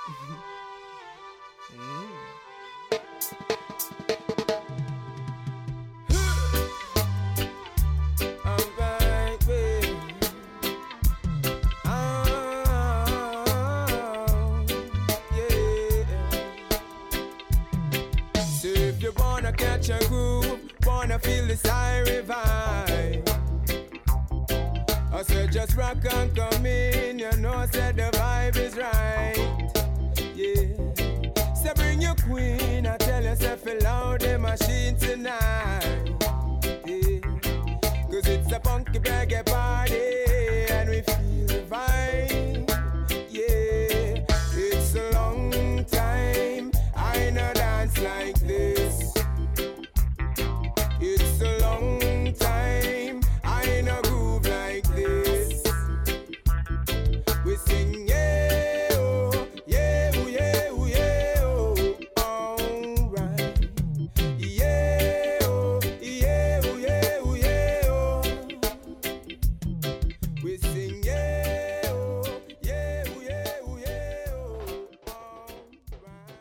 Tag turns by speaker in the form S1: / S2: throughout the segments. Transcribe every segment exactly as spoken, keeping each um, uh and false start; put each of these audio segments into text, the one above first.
S1: Catch a groove, wanna feel the siren vibe. I said just rock and come in, you know said the vibe is right. Yeah, so bring your queen, I tell yourself loud the machine tonight. Yeah, cause it's a funky reggae party and we feel the vibe. Yeah, it's a long time I no dance like this. It's a long time I no groove like this. We sing yeah oh, yeah oh, yeah oh, yeah oh, alright. Yeah oh, yeah oh, yeah oh, yeah oh. We sing yeah oh, yeah oh, yeah oh, yeah oh, alright.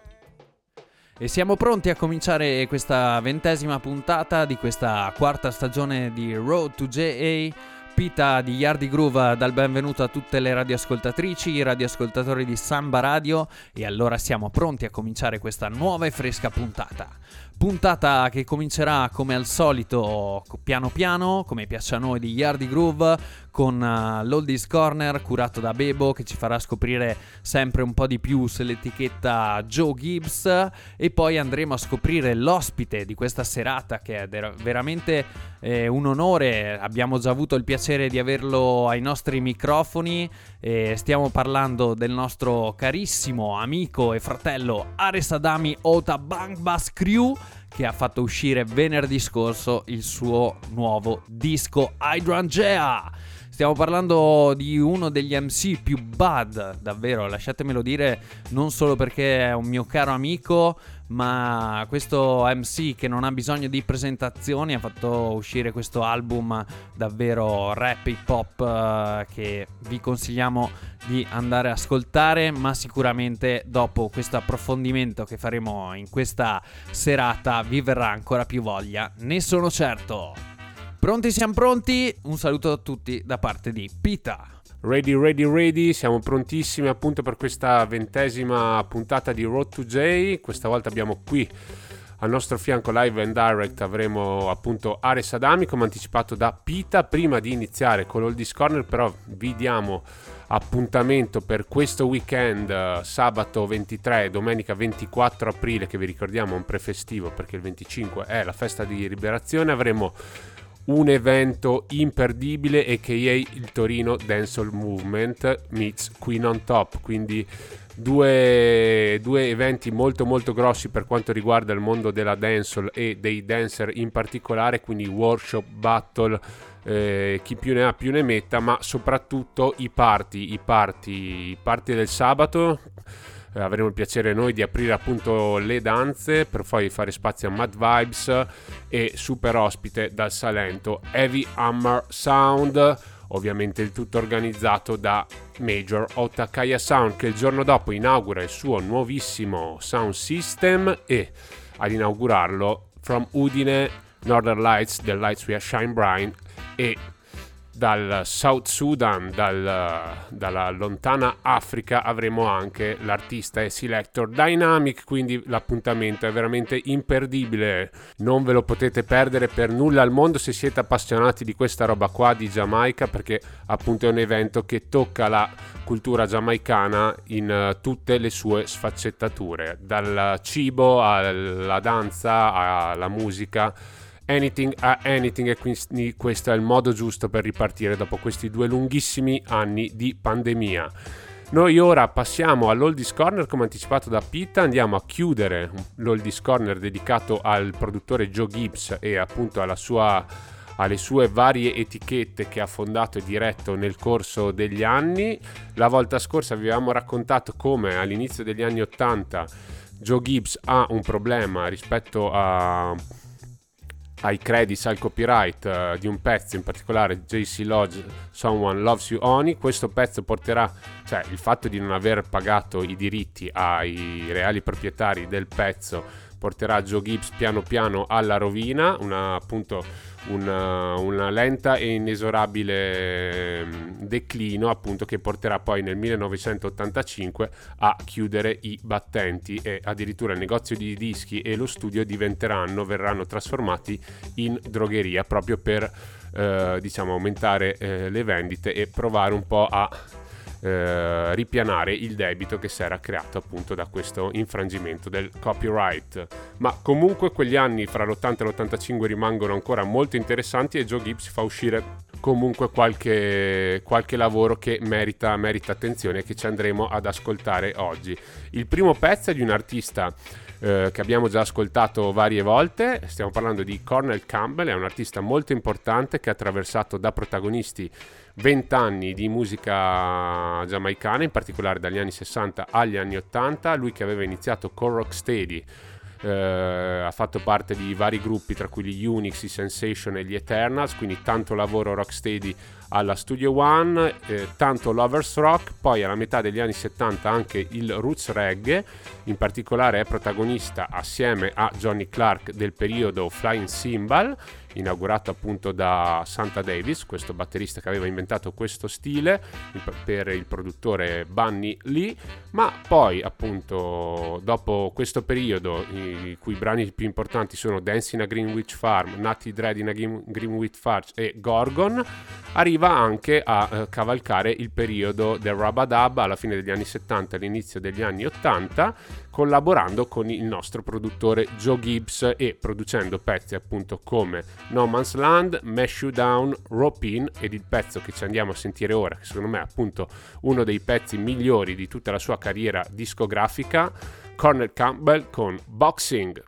S2: E siamo pronti a cominciare questa ventesima puntata di questa quarta stagione di Road to J A. Pita di Yardi Groove dal benvenuto a tutte le radioascoltatrici, i radioascoltatori di Samba Radio, e allora siamo pronti a cominciare questa nuova e fresca puntata. Puntata che comincerà come al solito piano piano, come piace a noi di Yardi Groove, con uh, l'Oldies Corner curato da Bebo, che ci farà scoprire sempre un po' di più sull'etichetta Joe Gibbs, e poi andremo a scoprire l'ospite di questa serata, che è der- veramente eh, un onore. Abbiamo già avuto il piacere di averlo ai nostri microfoni, e stiamo parlando del nostro carissimo amico e fratello Ares Adami Ota Bang Bass Crew, che ha fatto uscire venerdì scorso il suo nuovo disco Hydrangea. Stiamo parlando di uno degli M C più bad, davvero, lasciatemelo dire, non solo perché è un mio caro amico, ma questo M C che non ha bisogno di presentazioni ha fatto uscire questo album davvero rap hip hop eh, che vi consigliamo di andare a ascoltare, ma sicuramente dopo questo approfondimento che faremo in questa serata vi verrà ancora più voglia, ne sono certo. Pronti, siamo pronti? Un saluto a tutti da parte di Pita.
S3: Ready, ready, ready, siamo prontissimi appunto per questa ventesima puntata di Road to J. Questa volta abbiamo qui al nostro fianco live and direct, avremo appunto Ares Adami come anticipato da Pita. Prima di iniziare con l'Oldies Corner però vi diamo appuntamento per questo weekend, uh, sabato ventitré e domenica ventiquattro aprile, che vi ricordiamo è un prefestivo perché il venticinque è la festa di liberazione. Avremo un evento imperdibile, a k a il Torino Dancehall Movement meets Queen on Top, quindi due, due eventi molto molto grossi per quanto riguarda il mondo della dancehall e dei dancer in particolare, quindi workshop, battle, eh, chi più ne ha più ne metta, ma soprattutto i party, i party, i party del sabato. Eh, avremo il piacere noi di aprire appunto le danze per poi fare spazio a Mad Vibes e super ospite dal Salento Heavy Hammer Sound, ovviamente il tutto organizzato da Major Otakaya Sound, che il giorno dopo inaugura il suo nuovissimo sound system, e ad inaugurarlo from Udine Northern Lights del Lights We Shine Bright, e dal South Sudan, dal, dalla lontana Africa, avremo anche l'artista e selector Dynamic, quindi l'appuntamento è veramente imperdibile, non ve lo potete perdere per nulla al mondo se siete appassionati di questa roba qua di Giamaica, perché appunto è un evento che tocca la cultura giamaicana in uh, tutte le sue sfaccettature, dal cibo alla danza alla musica. Anything a anything, e quindi questo è il modo giusto per ripartire dopo questi due lunghissimi anni di pandemia. Noi ora passiamo all'Oldies Corner come anticipato da Pita, andiamo a chiudere l'Oldies Corner dedicato al produttore Joe Gibbs e appunto alla sua, alle sue varie etichette che ha fondato e diretto nel corso degli anni. La volta scorsa vi avevamo raccontato come all'inizio degli anni ottanta Joe Gibbs ha un problema rispetto a ai credits, al copyright uh, di un pezzo, in particolare J C Lodge, Someone Loves You Honey. Questo pezzo porterà, cioè il fatto di non aver pagato i diritti ai reali proprietari del pezzo, porterà Joe Gibbs piano piano alla rovina, una appunto una, una lenta e inesorabile declino, appunto, che porterà poi nel millenovecentottantacinque a chiudere i battenti, e addirittura il negozio di dischi e lo studio diventeranno, verranno trasformati in drogheria, proprio per eh, diciamo aumentare eh, le vendite e provare un po' a Eh, ripianare il debito che si era creato appunto da questo infrangimento del copyright. Ma comunque quegli anni fra l'ottanta e l'ottantacinque rimangono ancora molto interessanti, e Joe Gibbs fa uscire comunque qualche, qualche lavoro che merita, merita attenzione, e che ci andremo ad ascoltare oggi. Il primo pezzo è di un artista eh, che abbiamo già ascoltato varie volte. Stiamo parlando di Cornell Campbell, è un artista molto importante che ha attraversato da protagonisti vent'anni di musica giamaicana, in particolare dagli anni sessanta agli anni ottanta. Lui che aveva iniziato con Rocksteady, eh, ha fatto parte di vari gruppi, tra cui gli Unix, i Sensation e gli Eternals, quindi tanto lavoro Rocksteady alla Studio One, eh, tanto Lovers Rock. Poi alla metà degli anni settanta anche il Roots Reggae, in particolare è protagonista assieme a Johnny Clark del periodo Flying Cymbal, inaugurato appunto da Santa Davis, questo batterista che aveva inventato questo stile per il produttore Bunny Lee. Ma poi appunto dopo questo periodo, i cui brani più importanti sono Dance in a Greenwich Farm, Natty Dread in a Greenwich Farm e Gorgon, arriva anche a eh, cavalcare il periodo del Rub-a-Dub alla fine degli anni settanta e all'inizio degli anni ottanta, collaborando con il nostro produttore Joe Gibbs e producendo pezzi appunto come No Man's Land, Mash You Down, Rope In, ed il pezzo che ci andiamo a sentire ora, che secondo me è appunto uno dei pezzi migliori di tutta la sua carriera discografica, Cornell Campbell con Boxing.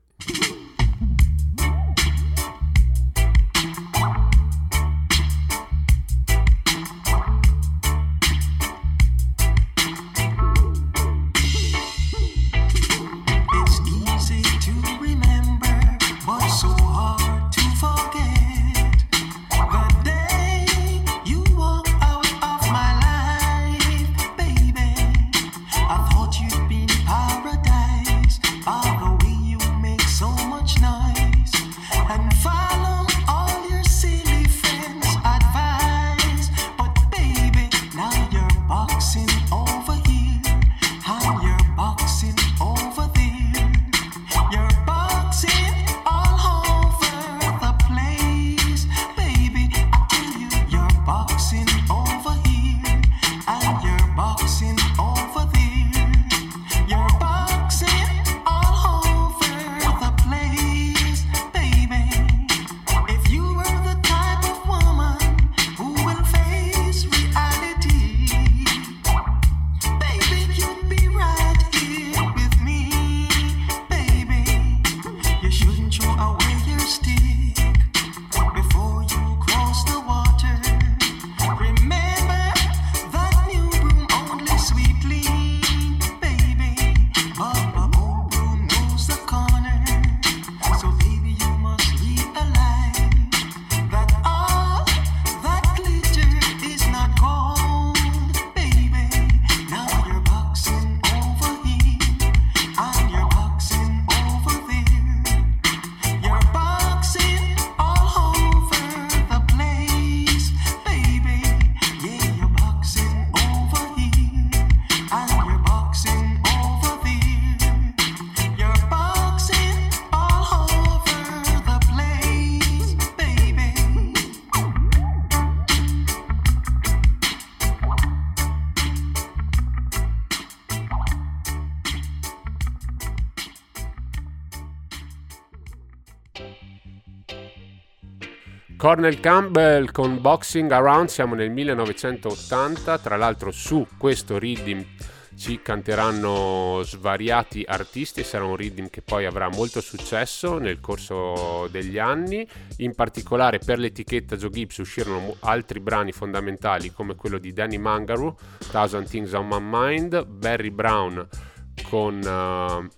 S3: Cornell Campbell con Boxing Around. Siamo nel millenovecentottanta, tra l'altro su questo rhythm ci canteranno svariati artisti e sarà un rhythm che poi avrà molto successo nel corso degli anni. In particolare per l'etichetta Joe Gibbs uscirono altri brani fondamentali come quello di Danny Mangaroo, Thousand Things on My Mind, Barry Brown con uh,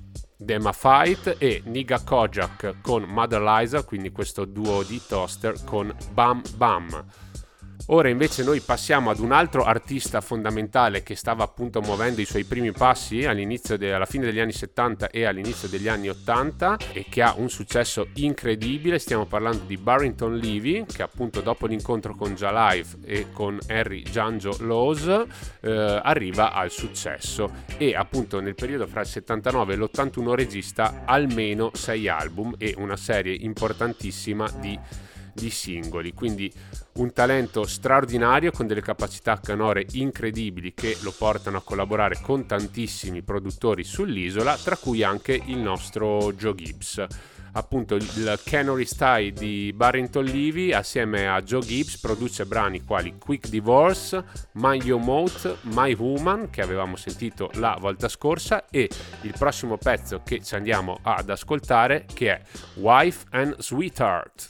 S3: Dema Fight e Niga Kojak con Mother Liza, quindi questo duo di Toaster con Bam Bam. Ora invece noi passiamo ad un altro artista fondamentale che stava appunto muovendo i suoi primi passi all'inizio de- alla fine degli anni settanta e all'inizio degli anni ottanta e che ha un successo incredibile. Stiamo parlando di Barrington Levy, che appunto dopo l'incontro con J-Live e con Harry Janjo Laws eh, arriva al successo e appunto nel periodo fra il settantanove e l'ottantuno registra almeno sei album e una serie importantissima di di singoli, quindi un talento straordinario con delle capacità canore incredibili che lo portano a collaborare con tantissimi produttori sull'isola, tra cui anche il nostro Joe Gibbs. Appunto il Canary Style di Barrington Levy assieme a Joe Gibbs produce brani quali Quick Divorce, My Yo Mouth, My Woman, che avevamo sentito la volta scorsa, e il prossimo pezzo che ci andiamo ad ascoltare che è Wife and Sweetheart.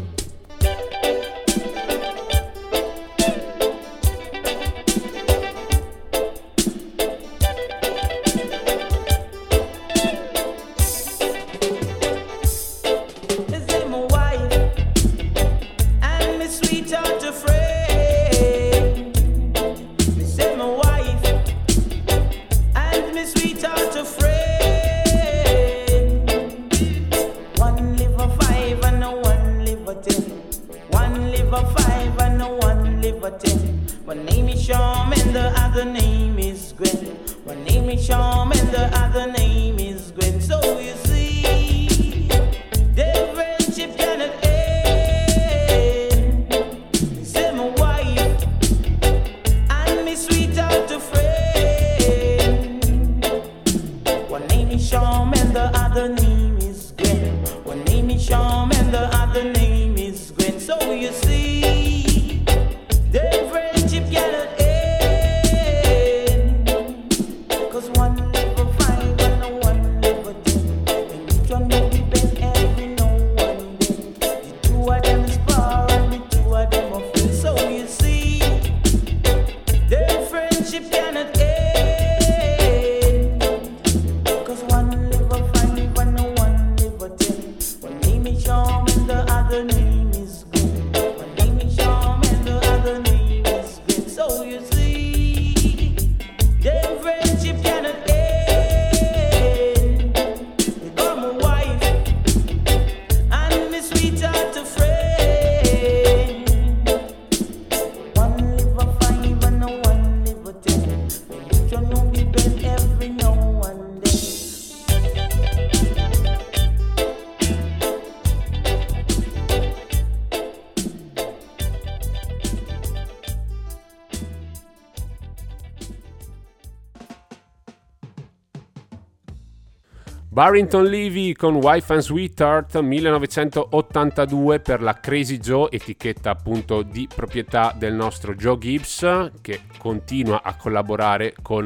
S3: Barrington Levy con Wife and Sweetheart millenovecentottantadue per la Crazy Joe, etichetta appunto di proprietà del nostro Joe Gibbs, che continua a collaborare con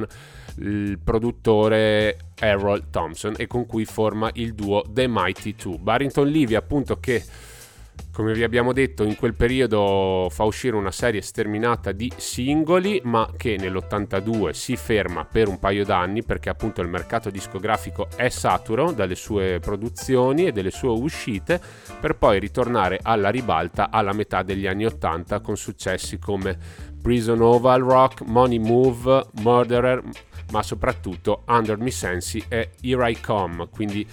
S3: il produttore Errol Thompson e con cui forma il duo The Mighty Two. Barrington Levy appunto che, come vi abbiamo detto, in quel periodo fa uscire una serie sterminata di singoli, ma che nell'ottantadue si ferma per un paio d'anni perché appunto il mercato discografico è saturo dalle sue produzioni e delle sue uscite, per poi ritornare alla ribalta alla metà degli anni ottanta con successi come Prison Oval Rock, Money Move, Murderer, ma soprattutto Under Me Sensi e Here I Come, quindi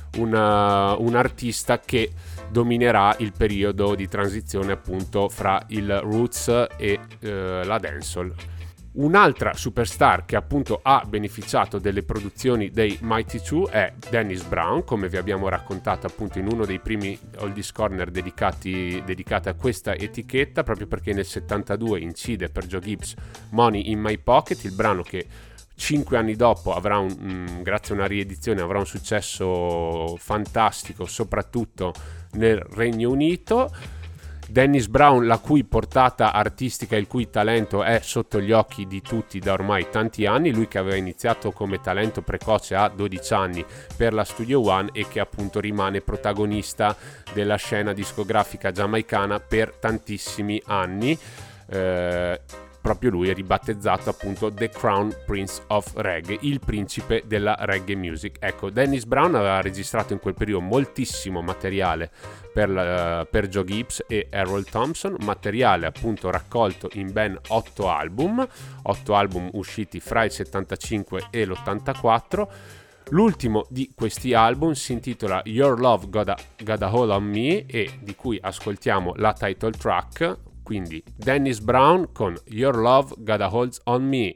S3: una, un artista che dominerà il periodo di transizione appunto fra il roots e eh, la dancehall. Un'altra superstar che appunto ha beneficiato delle produzioni dei Mighty Two è Dennis Brown, come vi abbiamo raccontato appunto in uno dei primi Oldies Corner dedicati, dedicati a questa etichetta, proprio perché nel settantadue incide per Joe Gibbs Money in My Pocket, il brano che cinque anni dopo avrà un, mh, grazie a una riedizione avrà un successo fantastico soprattutto nel Regno Unito. Dennis Brown, la cui portata artistica e il cui talento è sotto gli occhi di tutti da ormai tanti anni, lui che aveva iniziato come talento precoce a dodici anni per la Studio One e che appunto rimane protagonista della scena discografica giamaicana per tantissimi anni. Eh, proprio lui è ribattezzato appunto The Crown Prince of Reggae, il principe della reggae music. Ecco, Dennis Brown aveva registrato in quel periodo moltissimo materiale per, uh, per Joe Gibbs e Harold Thompson, materiale appunto raccolto in ben otto album, otto album usciti fra il settantacinque e l'ottantaquattro. L'ultimo di questi album si intitola Your Love Got a, Got a Hold on Me, e di cui ascoltiamo la title track. Quindi Dennis Brown con Your Love Got a Hold on Me.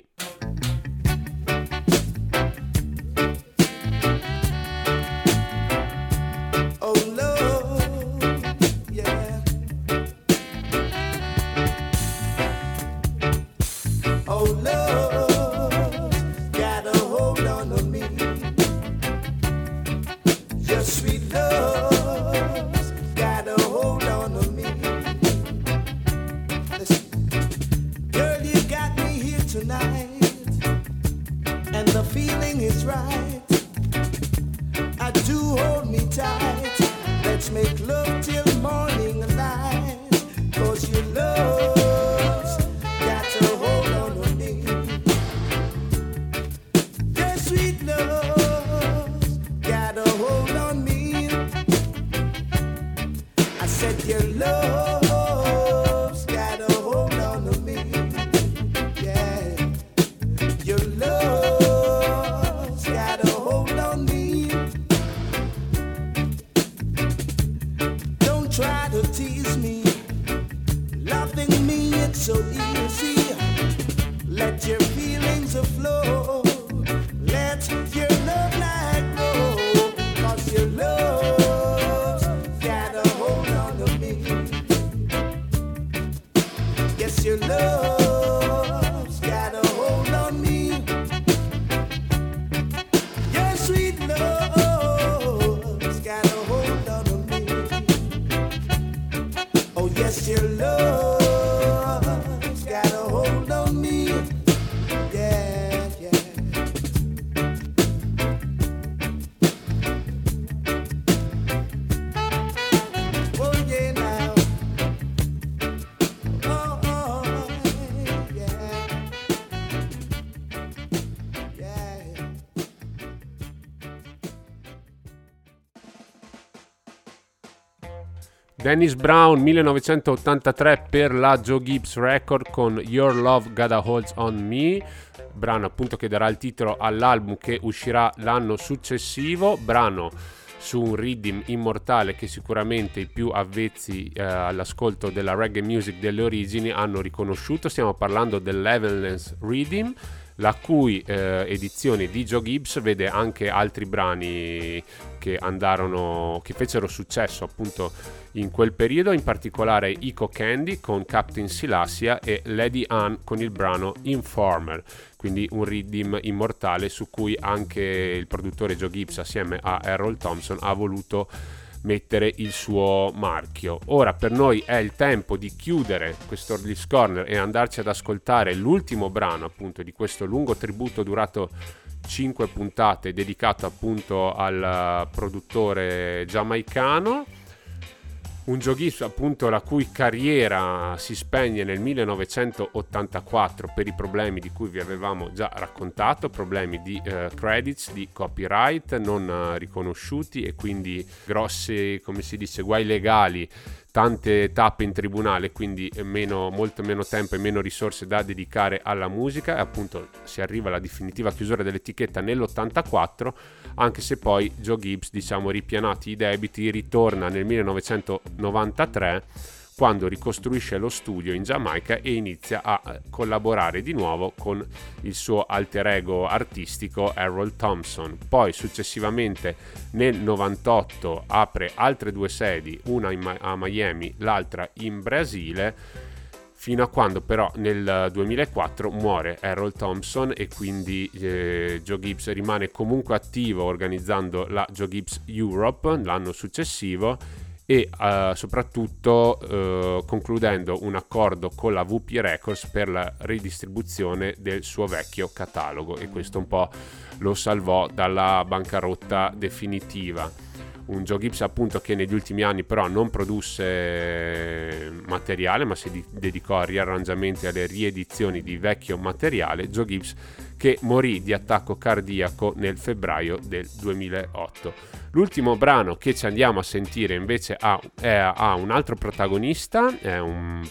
S3: Dennis Brown millenovecentottantatré per la Joe Gibbs Record con Your Love Got a Hold on Me, brano appunto che darà il titolo all'album che uscirà l'anno successivo, brano su un rhythm immortale che sicuramente i più avvezzi eh, all'ascolto della reggae music delle origini hanno riconosciuto. Stiamo parlando dell'Evanescence Rhythm, la cui eh, edizione di Joe Gibbs vede anche altri brani che andarono, che fecero successo appunto in quel periodo, in particolare Ico Candy con Captain Silassia e Lady Anne con il brano Informer, quindi un rhythm immortale su cui anche il produttore Joe Gibbs assieme a Harold Thompson ha voluto mettere il suo marchio. Ora per noi è il tempo di chiudere questo Release Corner e andarci ad ascoltare l'ultimo brano appunto di questo lungo tributo durato cinque puntate dedicato appunto al produttore giamaicano, un Joe Gibbs appunto la cui carriera si spegne nel millenovecentottantaquattro per i problemi di cui vi avevamo già raccontato, problemi di eh, credits, di copyright non eh, riconosciuti e quindi grossi, come si dice, guai legali, tante tappe in tribunale, quindi meno, molto meno tempo e meno risorse da dedicare alla musica, e appunto si arriva alla definitiva chiusura dell'etichetta nell'ottantaquattro, anche se poi Joe Gibbs, diciamo ripianati i debiti, ritorna nel millenovecentonovantatré quando ricostruisce lo studio in Giamaica e inizia a collaborare di nuovo con il suo alter ego artistico Harold Thompson. Poi successivamente nel novantotto apre altre due sedi, una in Ma- a Miami, l'altra in Brasile, fino a quando però nel duemilaquattro muore Harold Thompson e quindi eh, Joe Gibbs rimane comunque attivo organizzando la Joe Gibbs Europe l'anno successivo e uh, soprattutto uh, concludendo un accordo con la V P Records per la ridistribuzione del suo vecchio catalogo, e questo un po' lo salvò dalla bancarotta definitiva. un Joe Gibbs appunto che negli ultimi anni però non produsse materiale, ma si dedicò a riarrangiamenti e alle riedizioni di vecchio materiale. Joe Gibbs che morì di attacco cardiaco nel febbraio del duemilaotto. L'ultimo brano che ci andiamo a sentire invece ha, è, ha un altro protagonista, è un,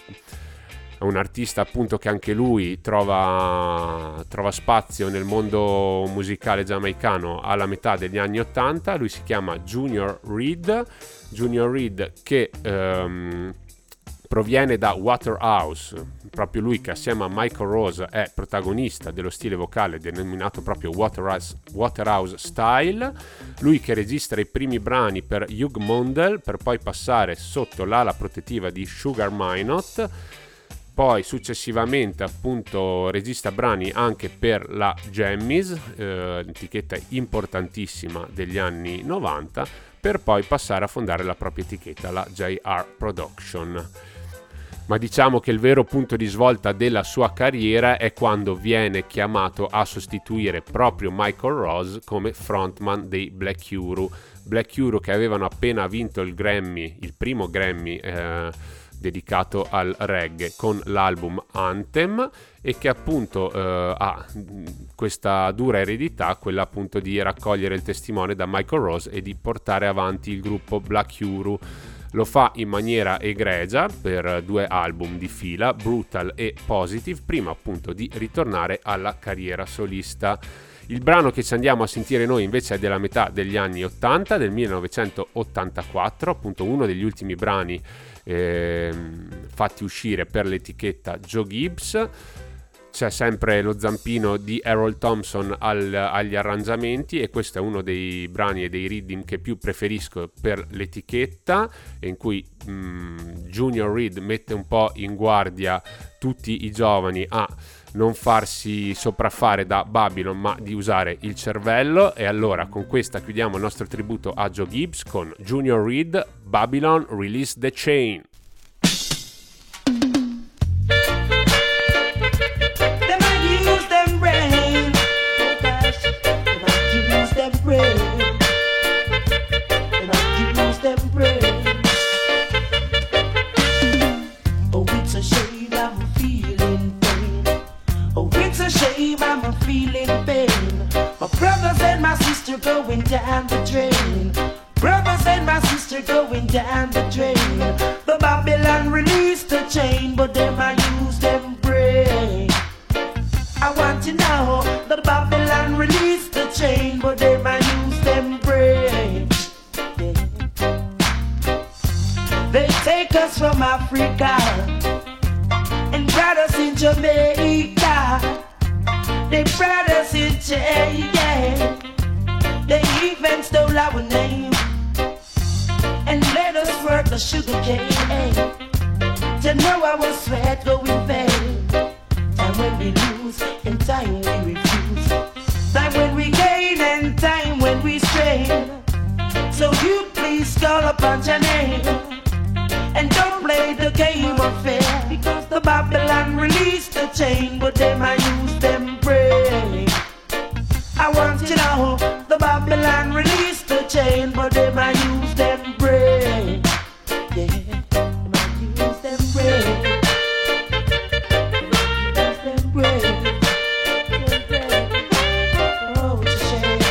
S3: è un artista appunto che anche lui trova, trova spazio nel mondo musicale giamaicano alla metà degli anni ottanta. Lui si chiama Junior Reid, Junior Reid che ehm, proviene da Waterhouse, proprio lui che assieme a Michael Rose è protagonista dello stile vocale denominato proprio Waterhouse, Waterhouse Style. Lui che registra i primi brani per Hugh Mundell per poi passare sotto l'ala protettiva di Sugar Minott, poi successivamente appunto registra brani anche per la Jammies, eh, etichetta importantissima degli anni novanta, per poi passare a fondare la propria etichetta, la J R Production. Ma diciamo che il vero punto di svolta della sua carriera è quando viene chiamato a sostituire proprio Michael Rose come frontman dei Black Uhuru. Black Uhuru che avevano appena vinto il Grammy, il primo Grammy eh, dedicato al reggae con l'album Anthem, e che appunto eh, ha questa dura eredità, quella appunto di raccogliere il testimone da Michael Rose e di portare avanti il gruppo Black Uhuru. Lo fa in maniera egregia per due album di fila, Brutal e Positive, prima appunto di ritornare alla carriera solista. Il brano che ci andiamo a sentire noi invece è della metà degli anni ottanta, del millenovecentottantaquattro, appunto uno degli ultimi brani eh, fatti uscire per l'etichetta Joe Gibbs. C'è sempre lo zampino di Errol Thompson al, agli arrangiamenti, e questo è uno dei brani e dei rhythm che più preferisco per l'etichetta, in cui mh, Junior Reid mette un po' in guardia tutti i giovani a non farsi sopraffare da Babylon, ma di usare il cervello. E allora con questa chiudiamo il nostro tributo a Joe Gibbs con Junior Reid, Babylon, Release the Chain.
S4: I'm feeling pain. My brothers and my sister going down the drain. Brothers and my sister going down the drain. The Babylon released the chain, but them I use them brain. I want to know that Babylon released the chain, but them I use them brain. They take us from Africa and brought us in Jamaica. They brought us in jail, yeah. They even stole our name and let us work the sugar cane. To know our sweat go in vain. Time when we lose and time we refuse. Time when we gain and time when we strain. So you please call upon your name and don't play the game of fair. Because the Babylon released the chain, but them I use them brain. I want you to know the Babylon released the chain, but them I use them brain. Yeah, them I use them brain. Use them brain. Oh, it's a shame.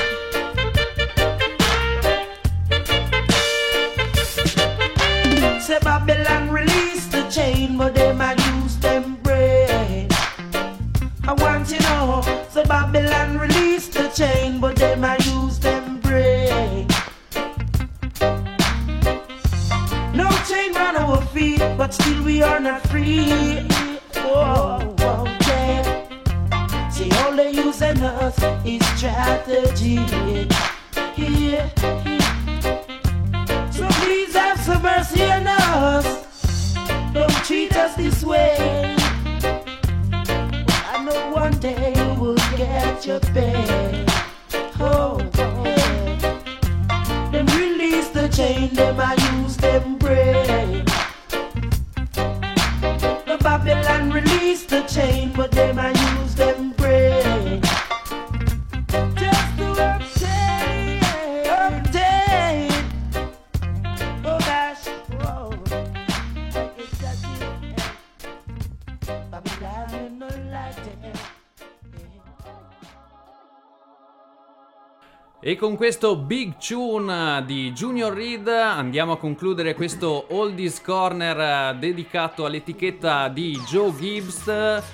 S4: Say Babylon released the chain, but them I use them brain. I want you to know, so Babylon released the chain, but them I use them brain. No chain on our feet, but still we are not free. Oh, oh yeah. See, all they using us is strategy. Yeah, yeah. So please have some mercy on us. Don't treat us this way. I know one day you will get your pay. Oh, yeah. Then release the chain, them I use them brain. The Babylon release the chain, but them I use them brain. Just to update, update.
S2: E con questo big tune di Junior Reid andiamo a concludere questo Oldies Corner dedicato all'etichetta di Joe Gibbs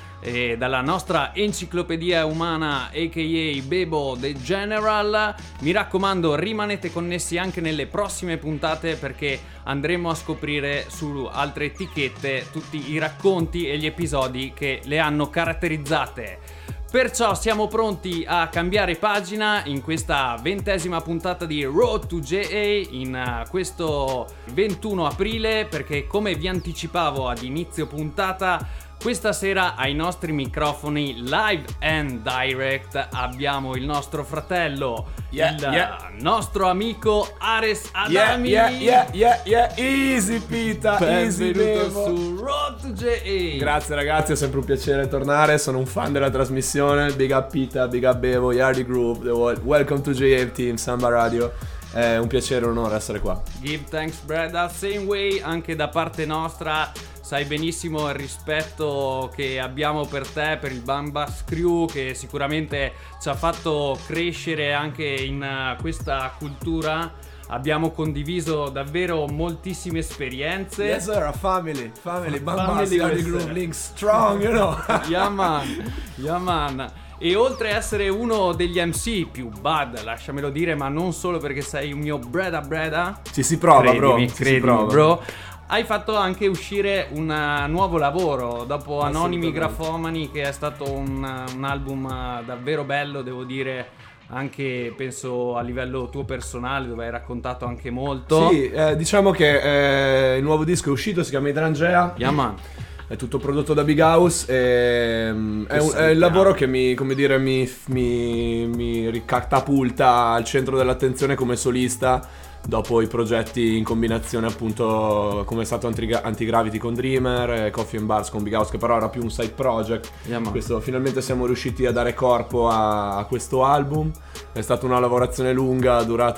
S2: e dalla nostra enciclopedia umana aka Bebo The General. Mi raccomando, rimanete connessi anche nelle prossime puntate perché andremo a scoprire su altre etichette tutti i racconti e gli episodi che le hanno caratterizzate. Perciò siamo pronti a cambiare pagina in questa ventesima puntata di Road to J A in uh, questo ventuno aprile, perché come vi anticipavo ad inizio puntata, questa sera ai nostri microfoni live and direct abbiamo il nostro fratello,
S5: yeah,
S2: il
S5: yeah.
S2: nostro amico Ares Adami.
S5: Yeah, yeah, yeah, yeah, yeah. Easy Pita, easy
S2: Benvenuto
S5: Bebo.
S2: su Road to J A.
S5: Grazie ragazzi, è sempre un piacere tornare, sono un fan della trasmissione. Big up Pita, big up Bebo, Yardi Group, the world. Welcome to J A Team, Samba Radio. È un piacere e un onore essere qua.
S2: Give thanks brother, same way anche da parte nostra. Sai benissimo il rispetto che abbiamo per te, per il Bambas Crew, che sicuramente ci ha fatto crescere anche in uh, questa cultura. Abbiamo condiviso davvero moltissime esperienze.
S5: Yes sir, a family, family, Bambas,
S2: Family
S5: Yardi
S2: questa.
S5: Group, link strong, you know.
S2: Yeah man, yeah man. E oltre a essere uno degli M C più bad, lasciamelo dire, ma non solo perché sei un mio breda breda.
S5: Ci si prova,
S2: credimi,
S5: bro. Ci
S2: credimi,
S5: si prova.
S2: bro. Hai fatto anche uscire un uh, nuovo lavoro dopo Anonimi Grafomani, che è stato un, uh, un album uh, davvero bello, devo dire, anche penso a livello tuo personale, dove hai raccontato anche molto.
S5: Sì, eh, diciamo che eh, il nuovo disco è uscito, si chiama Hydrangea.
S2: Yeah, man.
S5: È tutto prodotto da Big House e mm, è, un, è il lavoro che mi, come dire, mi, mi, mi ricatapulta al centro dell'attenzione come solista dopo i progetti in combinazione, appunto, come è stato Anti- Antigravity con Dreamer, Coffee and Bars con Big House, che però era più un side project.
S2: Yeah, man.
S5: Questo, finalmente siamo riusciti a dare corpo a, a questo album. È stata una lavorazione lunga,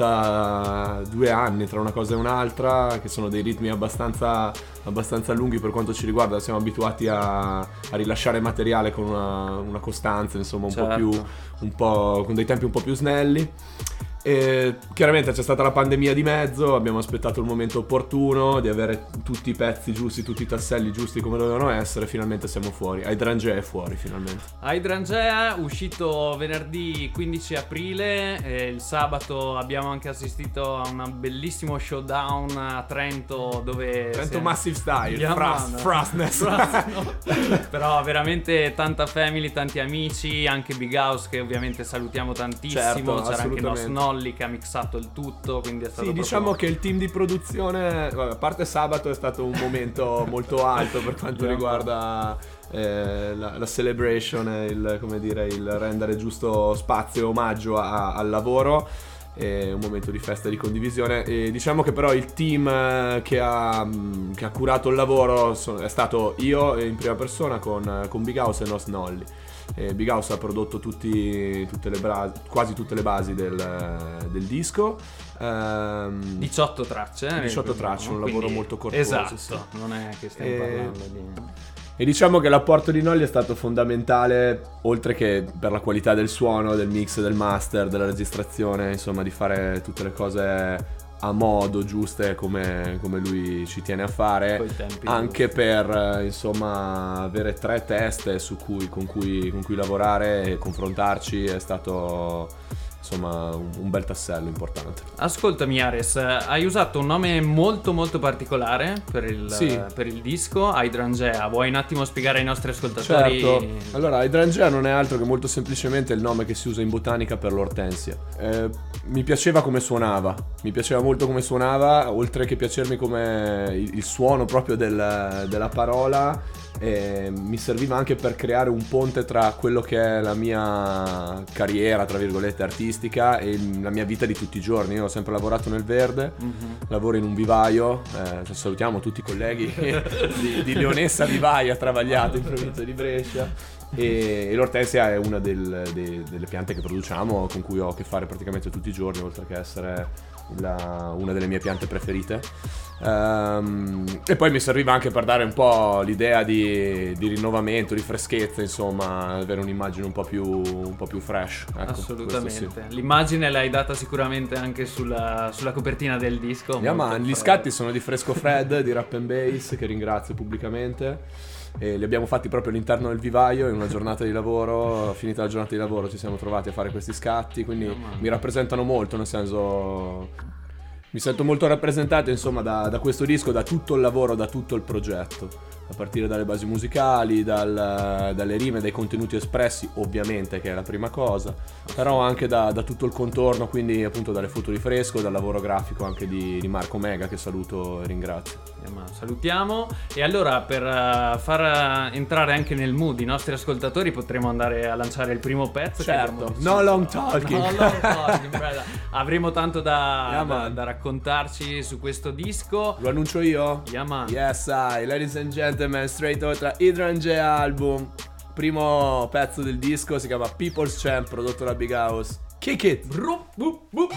S5: durata due anni tra una cosa e un'altra, che sono dei ritmi abbastanza, abbastanza lunghi per quanto ci riguarda. Siamo abituati a, a rilasciare materiale con una, una costanza, insomma, un
S2: Certo.
S5: po' più, un po', con dei tempi un po' più snelli. E chiaramente c'è stata la pandemia di mezzo, abbiamo aspettato il momento opportuno di avere tutti i pezzi giusti, tutti i tasselli giusti come dovevano essere. Finalmente siamo fuori, Hydrangea è fuori finalmente.
S2: Hydrangea, uscito venerdì quindici aprile, e il sabato abbiamo anche assistito a un bellissimo showdown a Trento, dove
S5: Trento
S2: siamo-
S5: Massive Style,
S2: Yeah,
S5: Frost,
S2: man.
S5: Frostness.
S2: Frost, no. Però veramente tanta family, tanti amici, anche Big House che ovviamente salutiamo tantissimo.
S5: Certo,
S2: C'era anche il
S5: assolutamente.
S2: nostro Nolly che ha mixato il tutto, quindi è stato
S5: Sì,
S2: proprio-
S5: diciamo che il team di produzione, vabbè, a parte sabato, è stato un momento molto alto per quanto
S2: Yeah.
S5: riguarda eh, la, la celebration, e il, come dire, il rendere giusto spazio e omaggio a- al lavoro. È un momento di festa e di condivisione. E diciamo che però il team eh, che ha, mh, che ha curato il lavoro so- è stato io in prima persona con, con Big House e Nos Nolly. E Big House ha prodotto tutti, tutte le bra- quasi tutte le basi del, del disco. Ehm,
S2: diciotto tracce, eh,
S5: diciotto tracce, un lavoro
S2: quindi-
S5: molto corposo,
S2: Esatto,
S5: sì.
S2: non è che stiamo
S5: E-
S2: parlando di...
S5: E diciamo che l'apporto di Nolly è stato fondamentale, oltre che per la qualità del suono, del mix, del master, della registrazione, insomma, di fare tutte le cose a modo, giuste, come, come lui ci tiene a fare,
S2: Coi tempi
S5: anche per eh, insomma avere tre teste su cui, con, cui, con cui lavorare e confrontarci. È stato insomma un, un bel tassello importante.
S2: Ascoltami Ares, hai usato un nome molto molto particolare per il,
S5: Sì.
S2: per il disco, Hydrangea. Vuoi un attimo spiegare ai nostri ascoltatori?
S5: Certo, allora Hydrangea non è altro che molto semplicemente il nome che si usa in botanica per l'ortensia. Eh, mi piaceva come suonava, mi piaceva molto come suonava, oltre che piacermi come il, il suono proprio del- della parola. E mi serviva anche per creare un ponte tra quello che è la mia carriera, tra virgolette, artistica e la mia vita di tutti i giorni. Io ho sempre lavorato nel verde,
S2: Mhm.
S5: lavoro in un vivaio, eh, salutiamo tutti i colleghi di, di Leonessa Vivaia Travagliato in provincia di Brescia. E, e l'ortensia è una del- de- delle piante che produciamo, con cui ho a che fare praticamente tutti i giorni, oltre che essere la, una delle mie piante preferite. Um, e poi mi serviva anche per dare un po' l'idea di, di rinnovamento, di freschezza, insomma, avere un'immagine un po' più, un po' più fresh. Ecco,
S2: assolutamente. Sì. L'immagine l'hai data sicuramente anche sulla, sulla copertina del disco.
S5: Yeah, man, gli scatti sono di Fresco Fred di Rap and Bass, che ringrazio pubblicamente. E li abbiamo fatti proprio all'interno del vivaio in una giornata di lavoro. Finita la giornata di lavoro ci siamo trovati a fare questi scatti, quindi yeah, mi rappresentano molto, nel senso mi sento molto rappresentato, insomma, da, da questo disco, da tutto il lavoro, da tutto il progetto, a partire dalle basi musicali, dal, dalle rime, dai contenuti espressi, ovviamente, che è la prima cosa, però anche da, da tutto il contorno, quindi appunto dalle foto di Fresco, dal lavoro grafico anche di, di Marco Mega, che saluto e ringrazio.
S2: Eh, ma salutiamo. E allora, per uh, far uh, entrare anche nel mood i nostri ascoltatori, potremo andare a lanciare il primo pezzo.
S5: Certo, no long talking.
S2: No long talking, avremo tanto da,
S5: yeah,
S2: da, da raccontarci su questo disco.
S5: Lo annuncio io?
S2: Yeah, man.
S5: Yes, I, ladies and gentlemen, straight out tra Hydrangea album. Primo pezzo del disco si chiama People's Champ, prodotto da Big House. Kick it!
S2: Rup, bup, bup.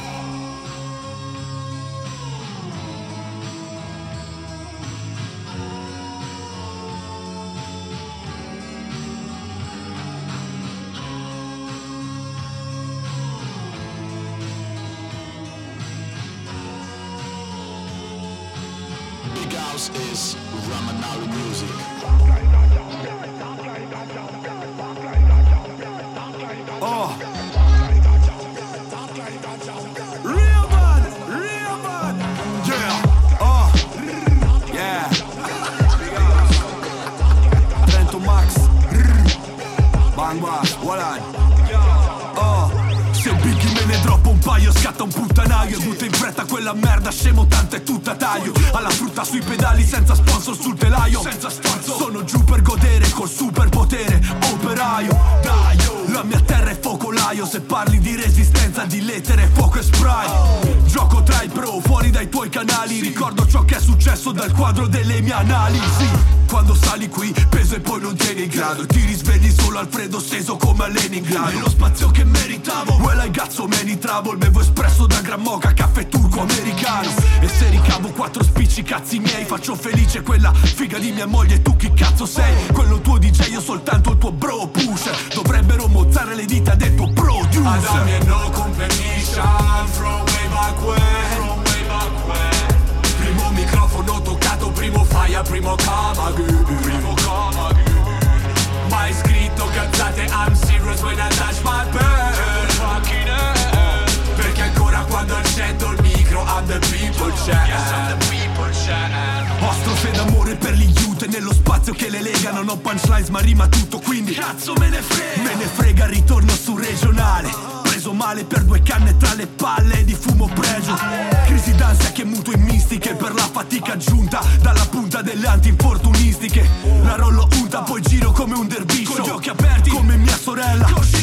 S6: Big House is Ramanali music.
S7: Oh, real man, real man, yeah, oh, yeah. Trento Max, Bang Bang, voilà. Oh, se Biggie me ne droppa un paio scatta un puttanaio e butta in fretta quella merda, scemo tanto è tutta taglio. Alla frutta sui pedali senza sponsor sul telaio, senza sponsor. Sono giù per godere col superpotere operaio. Dai, la mia terra è focolaio. Se parli di resistenza, di lettere, fuoco e spray. Gioco tra i pro, fuori dai tuoi canali. Ricordo ciò che è successo dal quadro delle mie analisi. Quando sali qui, peso e poi non tieni in grado. Ti risvegli solo al freddo steso come a Leningrado. Nello spazio che meritavo, well I got so many trouble. Bevo espresso da Gran Mocha, caffè turco americano. E se ricavo quattro spicci cazzi miei, faccio felice quella figa di mia moglie. Tu chi cazzo sei? Quello tuo D J, io soltanto il tuo bro pusher. Dovrebbero mozzare le dita del tuo producer.
S8: Adam e no competition, from way back when, from way back when.
S7: Primo microfono toccato, primo fire, primo Kamagi, primo Kamagi.
S8: Mai scritto cazzate, I'm serious when I touch my pen. Fucking hell.
S7: Perché ancora quando accendo il micro I'm the people chat.
S8: Yes, I'm the people chat.
S7: Ho strofe d'amore per gli youth e nello spazio che le lega. Non ho punchlines ma rima tutto, quindi cazzo me ne frega. Me ne frega, ritorno su regionale. Preso male per due canne tra le palle di fumo pregio. Crisi d'ansia che muto in mistiche per la fatica aggiunta dalla punta delle antinfortunistiche. La rollo unta, poi giro come un derviscio, con gli occhi aperti come mia sorella.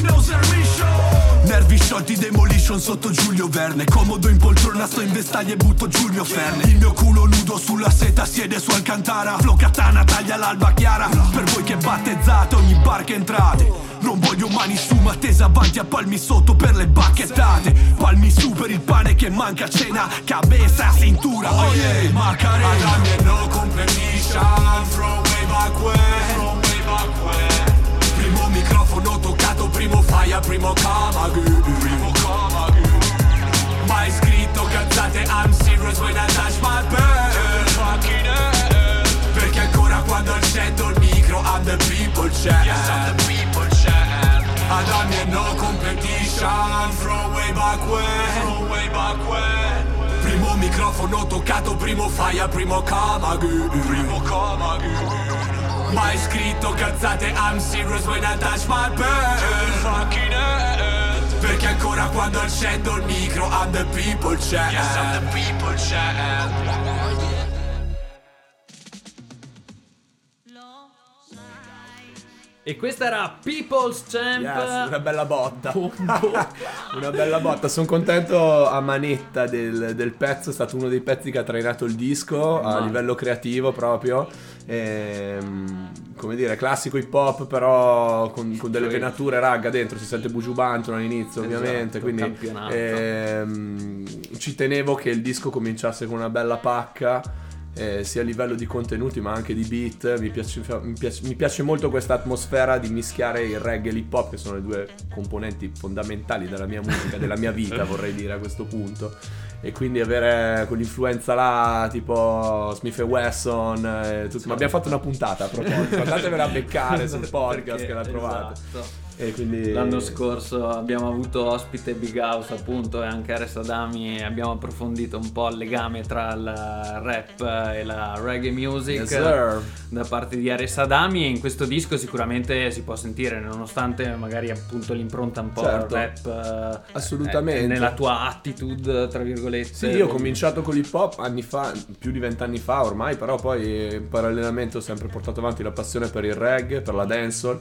S7: Nervi sciolti, demolition sotto Giulio Verne. Comodo in poltrona, sto in vestaglia e butto giù il mio Ferne. Il mio culo nudo sulla seta siede su Alcantara. Flow katana taglia l'alba chiara. Per voi che battezzate ogni bar che entrate. Non voglio mani su ma tesa avanti a palmi sotto per le bacchettate. Palmi su per il pane che manca a cena. Cabeza, cintura, oh yeah, Macarena.
S8: Adam e no competition, from way back when, from way back when.
S7: Primo microfono toccato, primo fire, primo Kamagi,
S8: primo Kamagi.
S7: Mai scritto cazzate, I'm serious when I touch my pen.
S8: Fucking hell.
S7: Perché ancora quando accendo il micro I'm the people chat.
S8: Yes, I'm the people chat.
S7: Adam e no competition,
S8: from way back when, from way back when.
S7: Primo microfono toccato, primo fire, primo Kamagi,
S8: primo Kamagi.
S7: Mai scritto cazzate, I'm serious when I touch my pen.
S8: Fucking hell.
S7: Perché ancora quando accendo il micro I'm the people chat.
S8: Yes, I'm the people chat.
S2: E questa era People's Champ.
S5: Yes, una bella botta. Una bella botta. Sono contento a manetta del, del pezzo. È stato uno dei pezzi che ha trainato il disco a livello creativo proprio. E, come dire, classico hip hop, però con, con delle venature ragga dentro. Si sente Buju Banton all'inizio, esatto, ovviamente. Quindi ehm, ci tenevo che il disco cominciasse con una bella pacca. Eh, sia a livello di contenuti ma anche di beat. Mi piace, mi piace, mi piace molto questa atmosfera di mischiare il reggae e l'hip hop, che sono le due componenti fondamentali della mia musica, della mia vita vorrei dire a questo punto, e quindi avere quell'influenza là tipo Smith and Wesson eh, tutto. Ma abbiamo fatto una puntata a proposito, andatevela a beccare sul podcast che la trovate.
S2: Esatto.
S5: E quindi
S2: l'anno scorso abbiamo avuto ospite Big House appunto e anche Ares Adami, e abbiamo approfondito un po' il legame tra il rap e la reggae music,
S5: yes,
S2: da parte di Ares Adami, e in questo disco sicuramente si può sentire, nonostante magari appunto l'impronta un po'
S5: certo,
S2: rap
S5: assolutamente
S2: eh, nella tua attitude tra virgolette.
S5: Sì, io ho cominciato con l'hip hop anni fa, più di vent'anni fa ormai, però poi parallelamente ho sempre portato avanti la passione per il reggae, per la dancehall.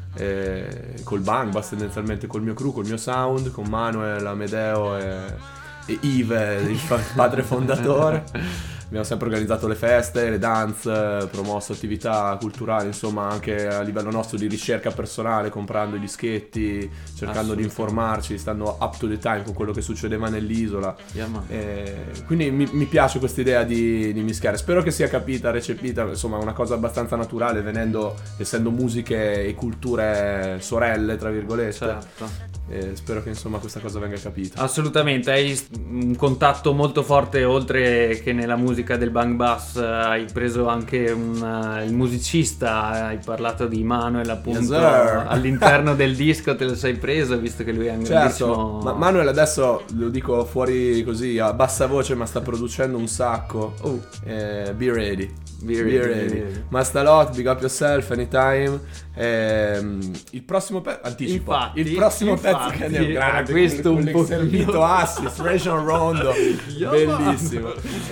S5: Eh, col Bang Bass, tendenzialmente col mio crew, col mio sound, con Manuel, Amedeo e, e Yves, il fa- padre fondatore. Abbiamo sempre organizzato le feste, le dance, promosso attività culturali, insomma anche a livello nostro di ricerca personale, comprando i dischetti, cercando di informarci, stando up to the time con quello che succedeva nell'isola.
S2: Yeah,
S5: eh, quindi mi, mi piace questa idea di, di mischiare. Spero che sia capita, recepita, insomma è una cosa abbastanza naturale, venendo, essendo musiche e culture sorelle tra virgolette.
S2: Certo.
S5: Eh, spero che insomma questa cosa venga capita.
S2: Assolutamente, hai un contatto molto forte, oltre che nella musica del Bang Bass hai preso anche un, uh, il musicista, hai parlato di Manuel appunto,
S5: yes,
S2: all'interno del disco te lo sei preso, visto che lui è un
S5: certo,
S2: grandissimo...
S5: ma Manuel adesso lo dico fuori così a bassa voce, ma sta producendo un sacco.
S2: Oh.
S5: eh, Be ready.
S2: Be
S5: Be
S2: ready,
S5: ready.
S2: be ready.
S5: Mastalot, big up yourself anytime. Ehm, il prossimo pezzo, anticipo.
S2: Infatti,
S5: il prossimo
S2: infatti,
S5: pezzo che andiamo grande,
S2: questo un po'
S5: servito assist, Ration Rondo, bellissimo.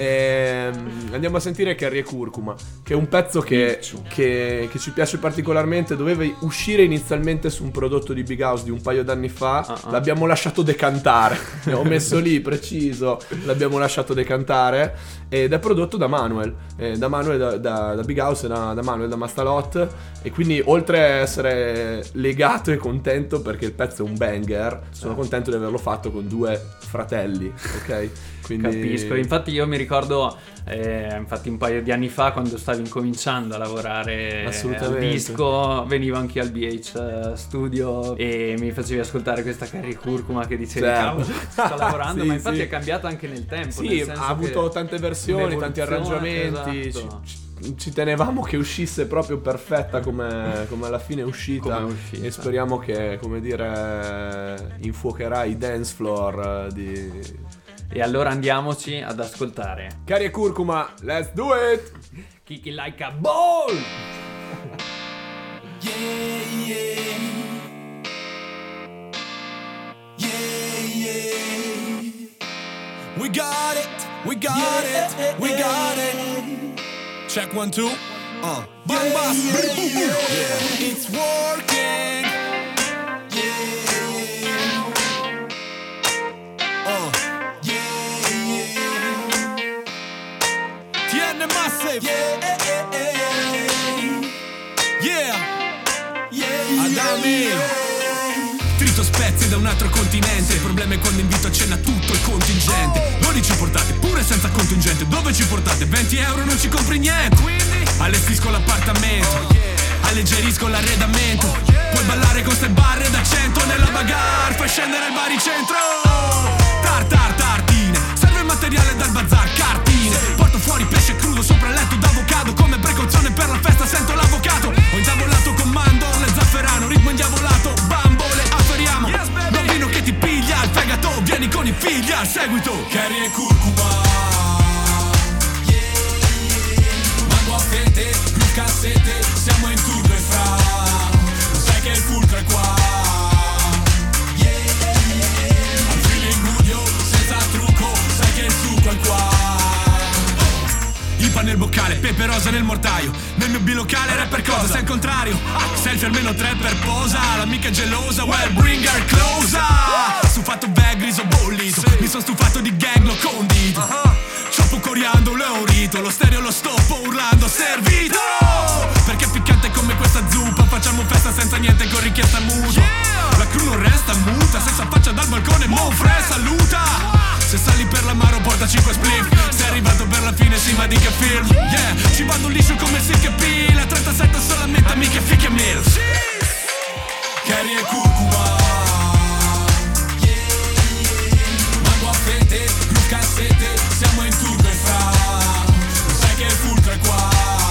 S5: Ehm, andiamo a sentire Carrie e Curcuma, che è un pezzo che, che, che ci piace particolarmente. Doveva uscire inizialmente su un prodotto di Big House di un paio d'anni fa, uh-uh. l'abbiamo lasciato decantare. L'ho messo lì preciso, l'abbiamo lasciato decantare, ed è prodotto da Manuel, eh, da Manuel da, da, da Big House, da, da Manuel da Mastalot, e quindi oltre a essere legato e contento perché il pezzo è un banger, sono contento di averlo fatto con due fratelli, ok? Quindi...
S2: Capisco, infatti io mi ricordo eh, infatti un paio di anni fa, quando stavi incominciando a lavorare al disco, venivo anche al B H Studio e mi facevi ascoltare questa Carrie Curcuma che dicevi
S5: certo.
S2: cavolo, sto lavorando,
S5: sì,
S2: ma infatti
S5: sì.
S2: è cambiata anche nel tempo,
S5: sì,
S2: nel senso
S5: ha avuto
S2: che
S5: tante versioni, tanti arrangiamenti,
S2: esatto.
S5: ci, ci, ci tenevamo che uscisse proprio perfetta come, come alla fine è uscita,
S2: come è uscita,
S5: e speriamo che, come dire, infuocherà i dance floor di...
S2: E allora andiamoci ad ascoltare
S5: Carrie e Curcuma, let's do it!
S2: Kick it like a ball!
S8: Yeah, yeah. Yeah, yeah. We got it, we got yeah, it, we got it. Check one, two. Uh. Bang, yeah, bass. Yeah, yeah, yeah. It's working. Yeah. Uh. Massive. Yeah, yeah, yeah. Adami. Trito spezie da un altro continente. Il problema è quando invito a cena tutto il contingente. Voi ci portate pure senza contingente. Dove ci portate? venti euro non ci compri niente. Quindi allestisco l'appartamento, alleggerisco l'arredamento. Puoi ballare con ste barre da cento nella bagarre, fai scendere il baricentro. Tartar tartine, serve il materiale dal bazar, cartine. Porto fuori pesce crudo sopra il letto d'avocado. Come precauzione per la festa sento l'avvocato. Ho intavolato con mandorle, zafferano, ritmo indiavolato, bambole, afferiamo. Yes, non vino che ti piglia il fegato, vieni con i figli al seguito. Carrie e Curcuma. Yeah, mango a fette, più cassette, siamo in turno e fra. Sai che il fulcro è qua. Nel boccale, pepe rosa rosa nel mortaio. Nel mio bilocale rapper cosa? Sei al contrario. ah, Selfie almeno tre per posa. L'amica è gelosa, well bring her closer. Stufato bag griso bollito. Mi son stufato di gang, l'ho condito. Cioppo coriando, l'ho un rito. Lo stereo lo stoppo urlando servito. Perché è piccante come questa zuppa. Facciamo festa senza niente con richiesta mutua. La crew non resta muta. Se s'affaccia dal balcone Monfre saluta. Se sali per l'amaro porta cinque spliff. Sei arrivato per la fine sì ma di che film. Yeah, ci vado liscio come Silk e P. La trentasette solamente amiche fiche mil. Carrie e curcuma. Mango a fete, blu cassette. Siamo in turco e fra. Sai che il fulcro è qua.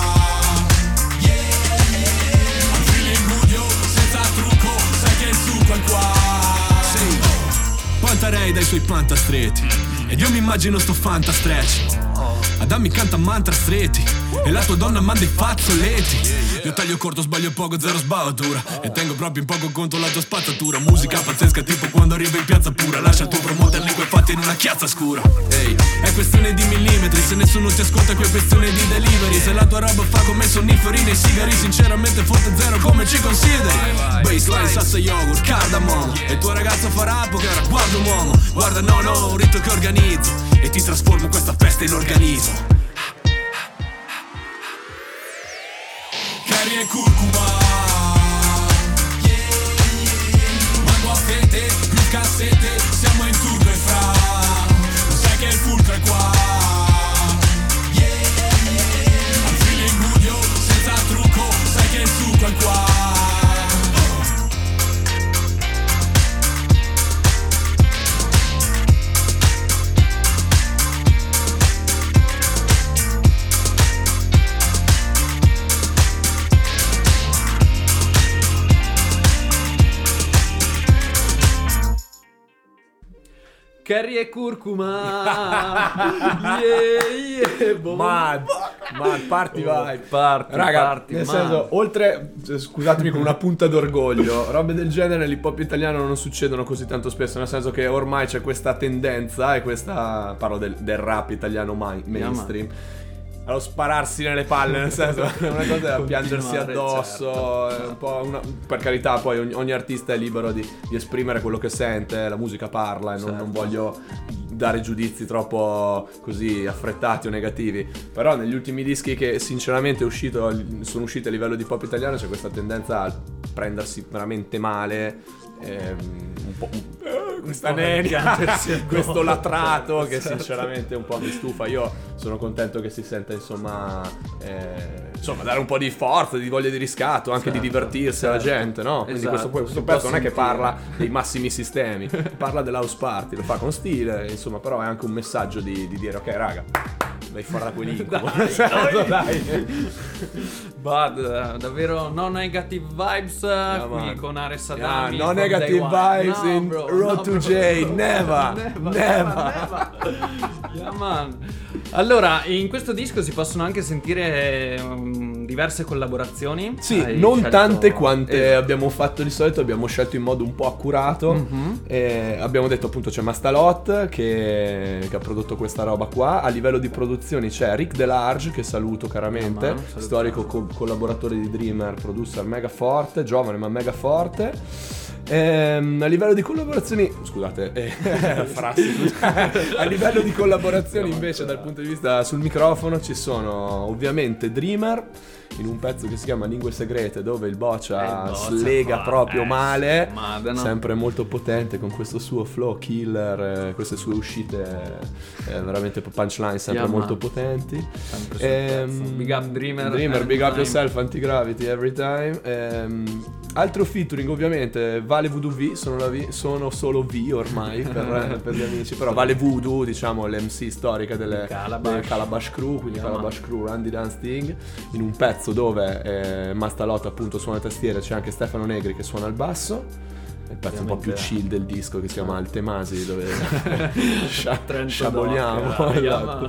S8: I'm feeling good yo, senza trucco. Sai che il succo è qua. Pantarei dai suoi panta stretti. Ed io mi immagino sto fanta stretch. Adam mi canta mantra stretti. E la tua donna manda i fazzoletti. Io taglio corto, sbaglio poco, zero sbavatura. E tengo proprio in poco conto la tua spazzatura. Musica pazzesca tipo quando arrivo in piazza pura. Lascia il tuo promoter lingua fatti in una chiazza scura. Ehi, è questione di millimetri. Se nessuno ti ascolta qui è questione di delivery. Se la tua roba fa come sonniferi nei sigari. Sinceramente forte zero come ci consideri. Baseline, salsa yogurt, cardamomo. E il tuo ragazzo farà poker, guarda un uomo. Guarda no no, un rito che organizzo. E ti trasformo questa festa in organismo. Carrie e curcuma. Mango a fete, blu cassette. Siamo in turco e fra. Sai che il fulcro è qua. I'm feeling good yo, senza trucco. Sai che il succo è qua.
S2: Carrie e curcuma. Yeah, yeah, boh.
S5: Mad, mad, party
S2: Oh,
S5: vibe.
S2: party,
S5: Raga,
S2: party,
S5: nel
S2: mad.
S5: senso, oltre, scusatemi, con una punta d'orgoglio, robe del genere nell'hip hop italiano non succedono così tanto spesso, nel senso che ormai c'è questa tendenza e questa, parlo del, del rap italiano mai, mainstream, allo spararsi nelle palle, nel senso è una cosa da piangersi addosso,
S2: certo,
S5: è un po' una, per carità, poi ogni, ogni artista è libero di, di esprimere quello che sente, la musica parla e non,
S2: Certo.
S5: non voglio dare giudizi troppo così affrettati o negativi, però negli ultimi dischi che sinceramente è uscito, sono usciti a livello di pop italiano, c'è questa tendenza a prendersi veramente male, ehm, un po', un, questa nenia, questo latrato che sinceramente un po' mi stufa. Io sono contento che si senta insomma eh, insomma dare un po' di forza, di voglia di riscatto, anche
S2: Certo,
S5: di divertirsi alla
S2: certo.
S5: gente, no? Quindi
S2: Esatto,
S5: questo, questo
S2: si può
S5: pezzo non è che
S2: sentire.
S5: parla dei massimi sistemi, parla dell'house party, lo fa con stile, insomma, però è anche un messaggio di, di dire ok raga, vai fuori da quell'incubo.
S2: Dai,
S5: dai.
S2: Bad, davvero no negative vibes
S5: Yeah,
S2: qui
S5: man.
S2: con Ares
S5: Yeah,
S2: Adami.
S5: no
S2: from
S5: negative
S2: day one.
S5: vibes
S2: No,
S5: in
S2: bro,
S5: Road
S2: no,
S5: to
S2: bro.
S5: J, never,
S2: never,
S5: never.
S2: Yeah, man. Allora, in questo disco si possono anche sentire um, diverse collaborazioni.
S5: Sì,
S2: Hai
S5: non
S2: scelto-
S5: tante quante
S2: Eh,
S5: abbiamo fatto di solito, abbiamo scelto in modo un po' accurato.
S2: Mhm.
S5: Eh, abbiamo detto appunto c'è Mastalot che, che ha prodotto questa roba qua. A livello di produzioni c'è Rick DeLarge, che saluto caramente,
S2: Yeah, man, salutiamo.
S5: storico co- collaboratore di Dreamer, producer mega forte, giovane ma mega forte. Ehm, a livello di collaborazioni, scusate, eh, frasi. A livello di collaborazioni invece dal punto di vista sul microfono ci sono ovviamente Dreamer in un pezzo che si chiama Lingue Segrete, dove il Boccia
S2: Eh, il Boccia
S5: slega
S2: fa-
S5: proprio
S2: eh,
S5: male,
S2: madonna.
S5: sempre molto potente con questo suo flow killer, eh, queste sue uscite eh, veramente punchline sempre
S2: Yeah,
S5: molto
S2: man.
S5: potenti.
S2: Sempre sul
S5: Ehm,
S2: pezzo. Big up Dreamer,
S5: Dreamer,
S2: every
S5: big up
S2: time.
S5: yourself, Anti-Gravity every time. Ehm, altro featuring ovviamente Vale Voodoo V, sono, la v, sono solo V ormai per, per gli amici, però Vale Voodoo, diciamo l'M C storica delle
S2: Calabash.
S5: delle Calabash Crew, quindi
S2: Yeah,
S5: Calabash Crew, Randy Dance Sting, in un pezzo dove eh, Mastalot appunto suona le tastiere, c'è anche Stefano Negri che suona il basso. Il pezzo un po' più
S2: Ovviamente.
S5: chill del disco che si chiama Altemasi, dove scia-
S2: Trento
S5: sciaboliamo.
S2: Doc,
S5: Esatto.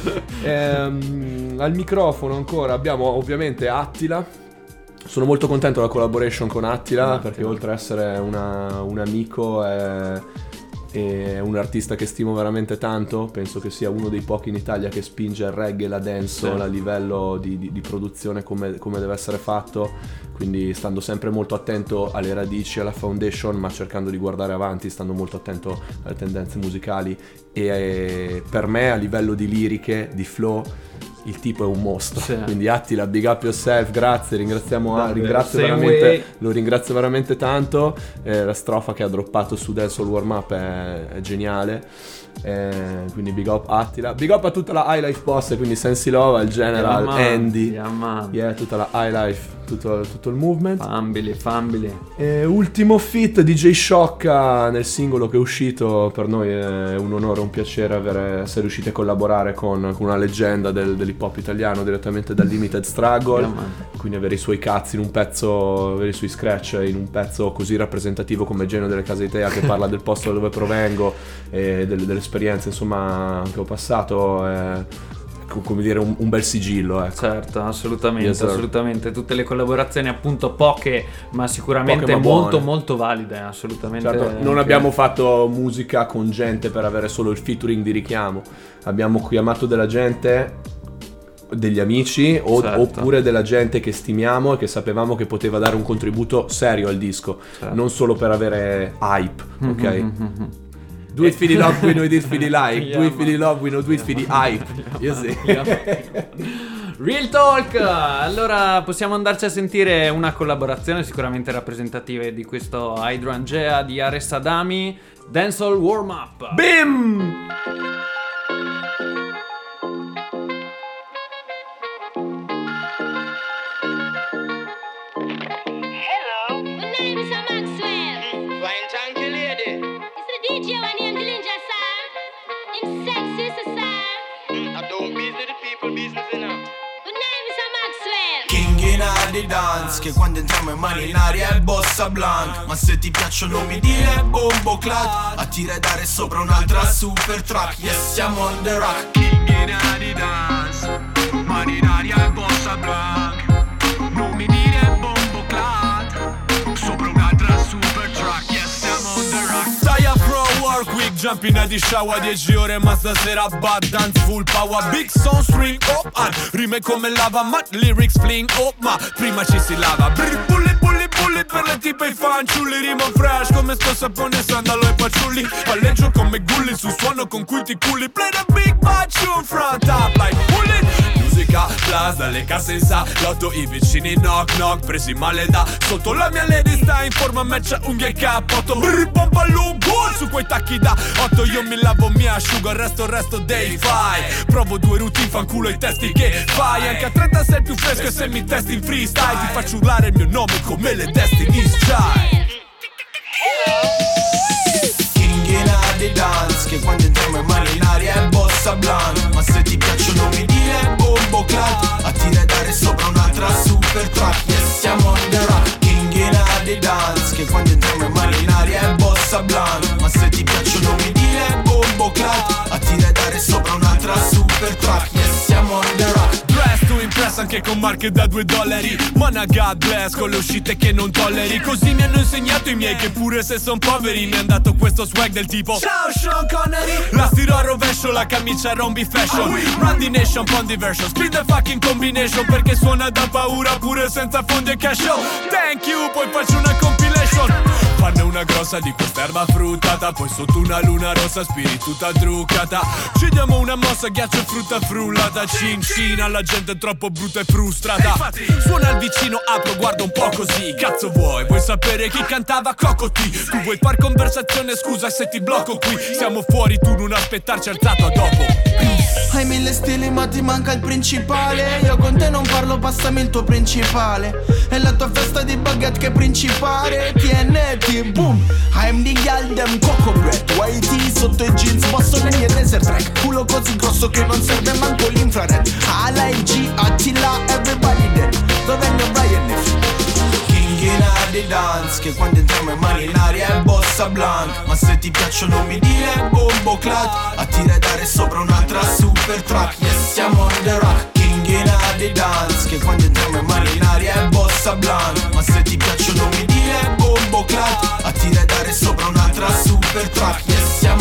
S5: Ehm, al microfono ancora abbiamo ovviamente Attila. Sono molto contento della collaboration con Attila,
S2: Attila.
S5: perché oltre a essere una- un amico è, è un artista che stimo veramente tanto, penso che sia uno dei pochi in Italia che spinge il reggae e la dancehall
S2: sì.
S5: a livello di, di, di produzione come, come deve essere fatto, quindi stando sempre molto attento alle radici, alla foundation, ma cercando di guardare avanti, stando molto attento alle tendenze musicali, e eh, per me a livello di liriche, di flow, il tipo è un mostro, sì. Quindi Attila, big up yourself, grazie, ringraziamo,
S2: Davvero,
S5: ringrazio
S2: same
S5: veramente,
S2: way.
S5: lo ringrazio veramente tanto, eh, la strofa che ha droppato su Dancehall Warm Up è, è geniale, eh, quindi big up Attila, big up a tutta la High Life Posse, quindi Sensi Lova, il General,
S2: yeah, man.
S5: Andy,
S2: yeah, man.
S5: yeah, tutta la High Life, tutto, tutto il movement.
S2: Fambili, fambili.
S5: E ultimo feat D J Sciocca nel singolo che è uscito, per noi è un onore, un piacere avere, essere riusciti a collaborare con, con una leggenda del, dell'hip hop italiano direttamente dal Limited Struggle, yeah, quindi avere i suoi cazzi in un pezzo, avere i suoi scratch in un pezzo così rappresentativo come Genio delle Case Itea, che parla del posto da dove provengo e delle, delle esperienze insomma che ho passato, è, come dire, un, un bel sigillo, ecco.
S2: Certo, assolutamente,
S5: Yes, sir.
S2: assolutamente. Tutte le collaborazioni, appunto, poche, ma sicuramente
S5: Poche, ma
S2: molto,
S5: buone.
S2: molto valide, assolutamente.
S5: Certo, non
S2: anche-
S5: abbiamo fatto musica con gente per avere solo il featuring di richiamo, abbiamo chiamato della gente, degli amici o,
S2: Certo.
S5: oppure della gente che stimiamo e che sapevamo che poteva dare un contributo serio al disco,
S2: Certo.
S5: non solo per avere hype, ok?
S2: Mm-hmm.
S5: Do it for the love, we know it for the like.
S2: Yeah,
S5: Do it for the
S2: man.
S5: love, we know do it for the hype. You see?
S2: Real Talk! Allora possiamo andarci a sentire una collaborazione sicuramente rappresentativa di questo Hydrangea di Ares Adami, Dancehall Warm Up.
S5: Bim!
S9: Hello. My name is Maxwell.
S1: Fine, thank you, lady.
S9: It's the D J one named Dillinger, sir. In sexy, sir.
S1: I don't business the people business enough.
S9: My name is Maxwell.
S7: King in the dance, che quando entriamo in mani in aria è bossa blanc. Ma se ti piacciono mi dire bombo clat, attira e dare sopra un'altra super track. Yes, siamo on the rock. King in the dance, mani in aria è bossa blanc. Non mi dire bombo clat, sopra un'altra super track. Yes, siamo on the rock. Stai a pro work week, jumping at the shower, dieci ore ma stasera bad dance full power. Big song string up and rime come lava, mat lyrics fling up, ma prima ci si lava. Brr, bullet, bullet, bullet per le tipe e i fanciulli. Rima fresh come sto sapone, sandalo e fanciulli. Palleggio come gulli su suono con cui ti culli. Play the big bad tune front up like bullet. Musica blast dalle case in salotto, i vicini knock knock presi male da sotto. La mia lady sta in forma, matcha unghie e cappotto. Brr, pompa lungo su quei tacchi da otto. Io mi lavo, mi asciugo, il resto il resto dei fai. Provo due routine, fanculo i testi che fai. Anche a trentasei più fresco e se mi testi in freestyle ti faccio urlare il mio nome come le Destiny's Child. King in the dance, che quando entriamo in mani in aria è bossa blanc. Ma se ti piacciono mi dire bombo clat, attira e dare sopra un'altra super track. Yes, siamo on the rock. King in the dance, che quando entriamo in mani in aria è bossa blanc. Ma se ti piacciono mi dire bombo clat, attira e dare sopra un'altra super track. Yes, siamo on the rock. Dress to impress anche con marche da due dollari. Mana God bless con le uscite che non tolleri. Così mi hanno insegnato i miei che pure se son poveri mi han dato questo swag del tipo ciao Sean Connery. La stiro a rovescio, la camicia rombi fashion. Run the nation, pon diversion. Spin the fucking combination perché suona da paura pure senza fondi e cash. Oh, thank you, poi faccio una compilation. Fanno una grossa di quest'erba fruttata, poi sotto una luna rossa spiri tutta truccata. Ci diamo una mossa, ghiaccio e frutta frullata. Cin cina, la gente è troppo brutta e frustrata. Suona il vicino, apro, guarda un po' così. Cazzo vuoi? Vuoi sapere chi cantava Cocoti? Tu vuoi far conversazione, scusa se ti blocco qui. Siamo fuori, tu non aspettarci alzato a dopo.
S10: Hai mille stili ma ti manca il principale. Io con te non parlo, passami il tuo principale. È la tua festa di baguette che è principale. T N T, boom. I'm the gal dem coco bread. Whitey sotto i jeans, posso nel laser track. Culo così grosso che non serve manco l'infrared. A la I G, Attila, everybody dead. Dove è il mio Brian F? King in the dance, che quando entriamo in mani in aria è bossa blanc. Ma se ti piacciono mi dire bombo clat, attira e dare sopra un'altra super track. Yes, siamo on the rock. King in the dance, che quando entriamo in mani in aria è bossa blanc. Ma se ti piacciono mi dire bombo clat, attira e dare sopra un'altra super track. Yes, siamo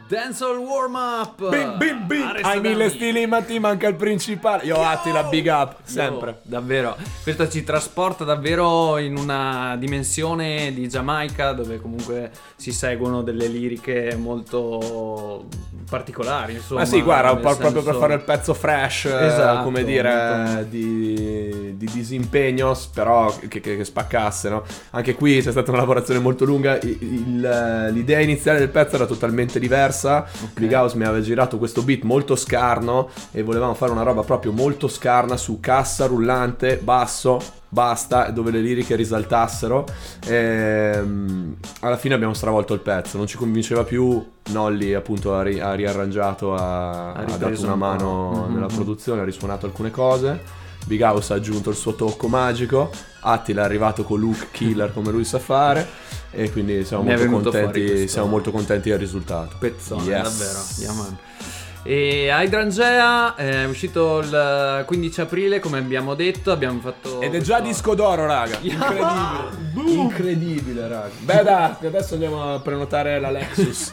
S2: Dancehall warm up.
S5: Bim bim bim. Hai mille stili ma ti manca il principale. Io Attila, big up, sempre.
S2: Yo, davvero. Questo ci trasporta davvero in una dimensione di Giamaica, dove comunque si seguono delle liriche molto particolari, insomma.
S5: Ma sì, guarda,
S2: nel
S5: proprio
S2: senso...
S5: per fare il pezzo fresh,
S2: esatto,
S5: come dire,
S2: molto...
S5: di, di disimpegno, però che, che, che spaccasse, no? Anche qui c'è stata una lavorazione molto lunga. Il, il, l'idea iniziale del pezzo era totalmente diversa. Okay. Big House mi aveva girato questo beat molto scarno e volevamo fare una roba proprio molto scarna su cassa, rullante, basso, basta, dove le liriche risaltassero. E, alla fine abbiamo stravolto il pezzo, non ci convinceva più. Nolly appunto ha, ri- ha riarrangiato, ha, ha dato una mano un nella mm-hmm. produzione, ha risuonato alcune cose. Big House ha aggiunto il suo tocco magico. Attila è arrivato con look killer come lui sa fare, e quindi siamo molto contenti questo... siamo molto contenti del risultato.
S2: Pezzone,
S5: yes.
S2: davvero. Yeah, man. E Hydrangea è uscito il quindici aprile, come abbiamo detto, abbiamo fatto
S5: ed è già disco d'oro, raga. Incredibile. Incredibile, raga. Beh, dai, adesso andiamo a prenotare la Lexus.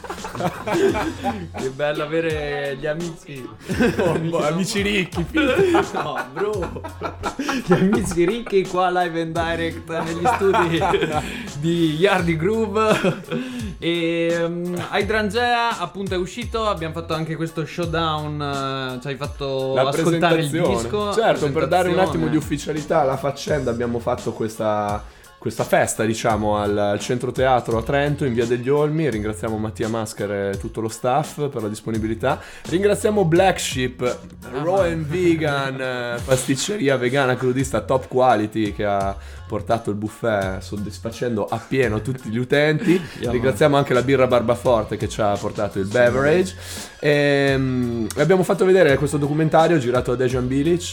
S2: Che bello avere gli amici.
S5: Oh, boh, amici ricchi,
S2: no, bro. Gli amici ricchi qua live and direct negli studi di Yardi Groove. E um, Hydrangea appunto è uscito, abbiamo fatto anche questo showdown, ci hai fatto
S5: la
S2: ascoltare il disco.
S5: Certo, per dare un attimo di ufficialità alla faccenda abbiamo fatto questa, questa festa, diciamo, al, al Centro Teatro a Trento, in via degli Olmi. Ringraziamo Mattia Masker e tutto lo staff per la disponibilità. Ringraziamo Black Sheep, ah, Raw and Vegan, pasticceria vegana crudista top quality, che ha portato il buffet soddisfacendo appieno tutti gli utenti. Yeah, ringraziamo man. anche la birra Barbaforte che ci ha portato il beverage. E, um, abbiamo fatto vedere questo documentario girato a Dejan Bilic,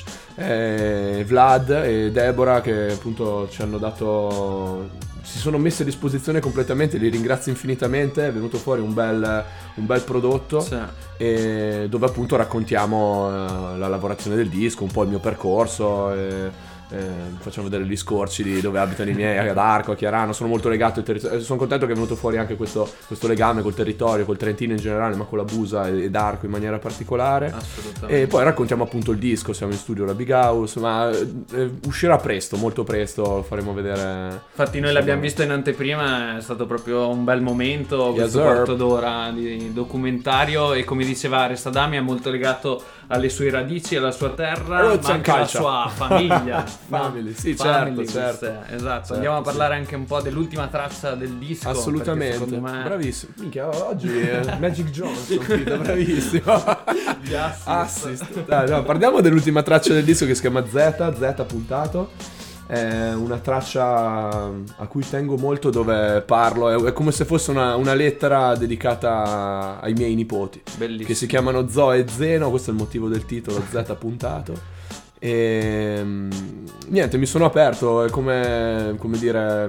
S5: eh, Vlad e Deborah, che appunto ci hanno dato, si sono messi a disposizione completamente, li ringrazio infinitamente. È venuto fuori un bel, un bel prodotto, sì. E dove appunto raccontiamo uh, la lavorazione del disco, un po' il mio percorso, e Eh, facciamo vedere gli scorci di dove abitano i miei, ad Arco, a Chiarano. Sono molto legato al territorio, sono contento che è venuto fuori anche questo, questo legame col territorio, col Trentino in generale, ma con la Busa ed Arco in maniera particolare. Assolutamente. E poi raccontiamo appunto il disco, siamo in studio alla Big House, ma eh, uscirà presto, molto presto, lo faremo vedere.
S2: Infatti noi l'abbiamo visto in anteprima, è stato proprio un bel momento, questo yes, quarto d'ora di documentario, e come diceva Resadami è molto legato alle sue radici, alla sua terra,
S5: Roots
S2: ma anche alla sua famiglia.
S5: Family, no? Sì,
S2: Family,
S5: certo, certo.
S2: Esatto,
S5: certo,
S2: andiamo a parlare
S5: sì.
S2: anche un po' dell'ultima traccia del disco.
S5: Assolutamente,
S2: me...
S5: bravissimo. Minchia, oggi è Magic Johnson, bravissimo.
S2: assist.
S5: assist. Dai, no, parliamo dell'ultima traccia del disco che si chiama Z, Z puntato. È una traccia a cui tengo molto, dove parlo, è, è come se fosse una, una lettera dedicata ai miei nipoti. Bellissimo. Che si chiamano Zoe e Zeno, questo è il motivo del titolo, Z puntato. E niente, mi sono aperto, è come, come dire,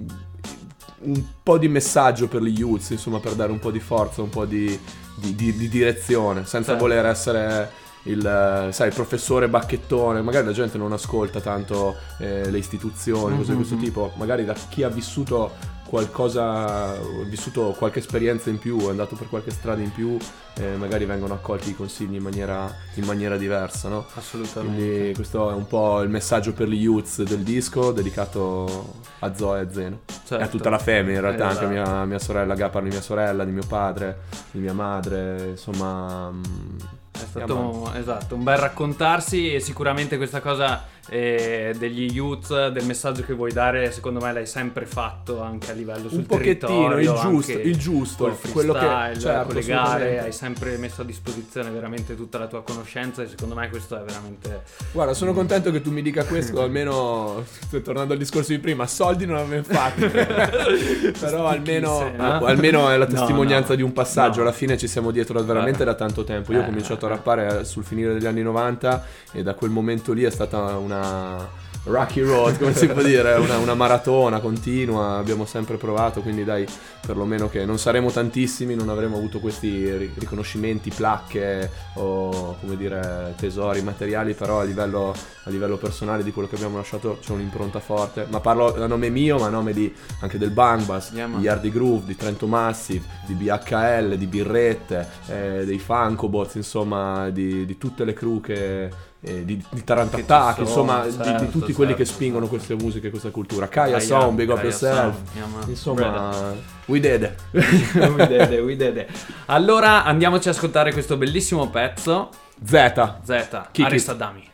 S5: un po' di messaggio per gli youth, insomma, per dare un po' di forza, un po' di, di, di, di direzione, senza certo. voler essere il, sai, il professore bacchettone. Magari la gente non ascolta tanto eh, le istituzioni, cose mm-hmm. di questo tipo. Magari da chi ha vissuto qualcosa, ha vissuto qualche esperienza in più, è andato per qualche strada in più, eh, magari vengono accolti i consigli in maniera, in maniera diversa, no?
S2: Assolutamente.
S5: Quindi questo è un po' il messaggio per gli youths del disco, dedicato a Zoe e Zeno. Certo. E a tutta la famiglia, in realtà, esatto. Anche mia, mia sorella, parlo di mia sorella, di mio padre, di mia madre, insomma.
S2: È stato esatto, un bel raccontarsi, e sicuramente questa cosa eh, degli youth, del messaggio che vuoi dare, secondo me l'hai sempre fatto anche a livello sul
S5: un pochettino,
S2: territorio,
S5: il giusto, il giusto,
S2: quello che certo, con le gare, hai sempre messo a disposizione veramente tutta la tua conoscenza, e secondo me questo è veramente.
S5: Guarda, sono contento che tu mi dica questo, almeno tornando al discorso di prima, soldi non avevo fatti. Però almeno, eh? almeno è la testimonianza no, no, di un passaggio, no. Alla fine ci siamo dietro veramente eh. da tanto tempo. Io eh, ho cominciato a rappare sul finire degli anni novanta, e da quel momento lì è stata una rocky road, come si può dire, una, una maratona continua, abbiamo sempre provato, quindi dai, perlomeno che non saremo tantissimi, non avremo avuto questi riconoscimenti, placche o come dire tesori materiali, però a livello, a livello personale di quello che abbiamo lasciato c'è un'impronta forte, ma parlo a nome mio, ma a nome di, anche del Bang Bass, yeah, di Yardi Groove, di Trento Massive, di B H L, di Birrette, eh, dei Funkobots, insomma di, di tutte le crew che Eh, di, di Tarant Attack, insomma, certo, di, di tutti certo. quelli che spingono queste musiche, questa cultura. Kaya Sound, Big Up Yourself, insomma, we did it.
S2: we did it, we did it. Allora andiamoci ad ascoltare questo bellissimo pezzo.
S5: Z
S2: Z Aris Adami.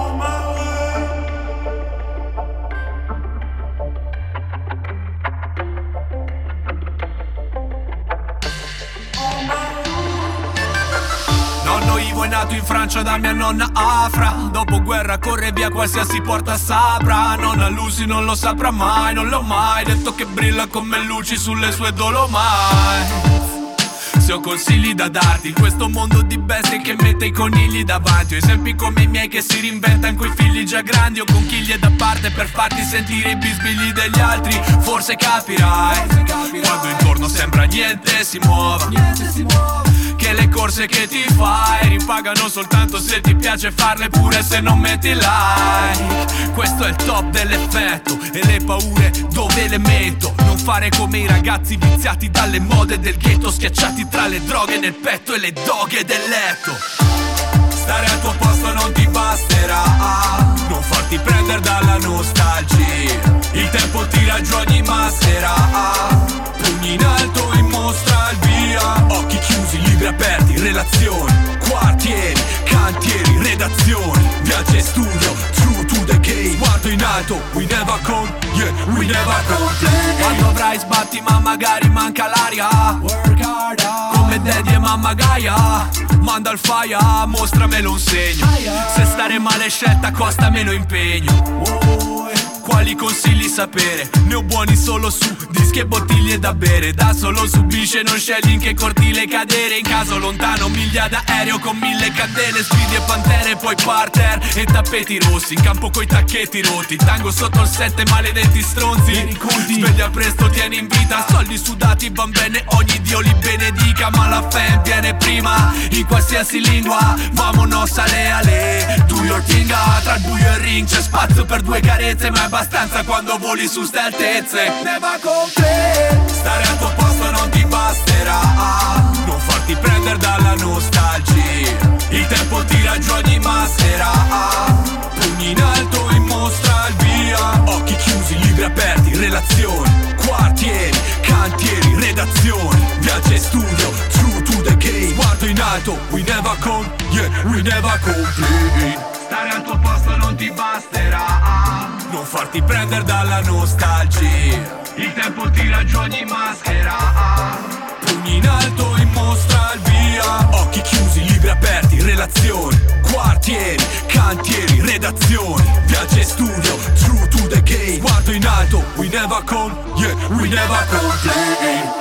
S8: Nonno Ivo è nato in Francia da mia nonna Afra. Dopo guerra corre via qualsiasi porta saprà. Nonna Lucy non lo saprà mai, non l'ho mai detto che brilla come luci sulle sue Dolomite. Se ho consigli da darti in questo mondo di bestie che mette i conigli davanti, ho esempi come i miei che si reinventano coi figli già grandi, o con chi gli è da parte per farti sentire i bisbigli degli altri. Forse capirai, quando intorno sembra niente si muova, che le corse che ti fai ripagano soltanto se ti piace farle, pure se non metti like. Questo è il top dell'effetto e le paure dove le metto. Non fare come i ragazzi viziati dalle mode del ghetto, schiacciati tra le droghe nel petto e le doghe del letto. Stare al tuo posto non ti basterà, non farti prendere dalla nostalgia. Il tempo ti ragioni maschera, pugni in alto in mostra il via. Occhi chiusi, libri aperti, relazioni, quartieri, cantieri, redazioni, viaggi e studio, true to the game. Sguardo in alto, we never come, yeah, we never complain. Quando avrai sbatti ma magari manca l'aria, work hard, come Daddy e mamma Gaia. Manda il faia, mostramelo un segno. Se stare male scelta costa meno impegno. Quali consigli sapere? Ne ho buoni solo su dischi e bottiglie da bere. Da solo subisce, non scegli in che cortile cadere. In caso lontano, miglia d'aereo con mille candele. Sfidi e pantere, poi parterre e tappeti rossi. In campo coi tacchetti rotti, tango sotto il sette, maledetti stronzi. Sveglia presto, tieni in vita, soldi sudati, van bene, ogni dio li benedica. Ma la fame viene prima, in qualsiasi lingua. Vamonos ale ale, do your thing. Tra il buio e il ring c'è spazio per due carezze, ma è abbastanza quando voli su ste altezze. Never complain, stare al tuo posto non ti basterà, non farti prendere dalla nostalgia. Il tempo ti ragioni maschera, pugni in alto in mostra il via. Occhi chiusi, libri aperti, relazioni, quartieri, cantieri, redazioni, viaggi e studio, true to the game. Sguardo in alto, we never come, yeah, we never complain. Stare al tuo posto non ti basterà, non farti prendere dalla nostalgia. Il tempo ti ragioni maschera, pugni in alto in mostra il via. Occhi chiusi, libri aperti, relazioni, quartieri, cantieri, redazioni, viaggi e studio, true to the game. Guardo in alto, we never come, yeah, we never complain.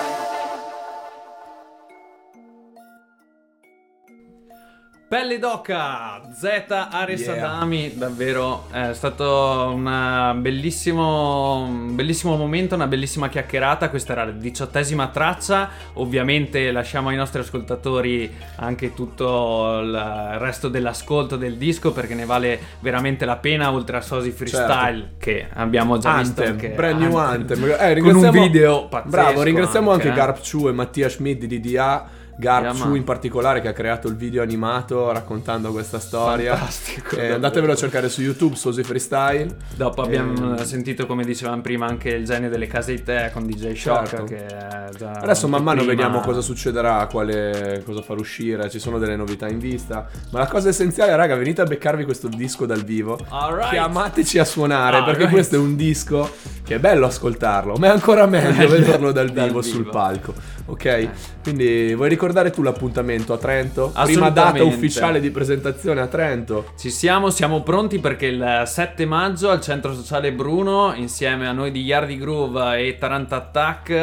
S2: Pelle d'oca, Z Aris
S5: Yeah.
S2: Adami, davvero è stato una bellissimo, un bellissimo momento, una bellissima chiacchierata. Questa era la diciottesima traccia. Ovviamente lasciamo ai nostri ascoltatori anche tutto il resto dell'ascolto del disco, perché ne vale veramente la pena, oltre a Sosi Freestyle, certo, che abbiamo già
S5: Anthem,
S2: visto che
S5: brand new
S2: Anthem,
S5: Anthem. Eh,
S2: con un video pazzesco.
S5: Bravo, ringraziamo anche,
S2: anche
S5: eh. Garp Chu e Mattia Schmidt di D D A. Garp Chu in particolare, che ha creato il video animato raccontando questa storia.
S2: Fantastico,
S5: eh, andatevelo a cercare su YouTube, Sosi Freestyle.
S2: Dopo abbiamo eh, sentito, come dicevamo prima, anche il genio delle case di tè con D J Shock,
S5: certo,
S2: che è già
S5: adesso man mano
S2: prima...
S5: vediamo cosa succederà, quale, cosa far uscire. Ci sono delle novità in vista, ma la cosa essenziale, raga, venite a beccarvi questo disco dal vivo.
S2: Alright.
S5: Chiamateci a suonare,
S2: Alright.
S5: perché questo è un disco che è bello ascoltarlo, ma è ancora meglio vederlo dal vivo,
S2: dal vivo
S5: sul palco. Ok, eh. Quindi vuoi ricordare tu l'appuntamento a Trento? Prima
S2: Assolutamente.
S5: data ufficiale di presentazione a Trento.
S2: Ci siamo, siamo pronti, perché il sette maggio al Centro Sociale Bruno, insieme a noi di Yardi Groove e Tarant Attack,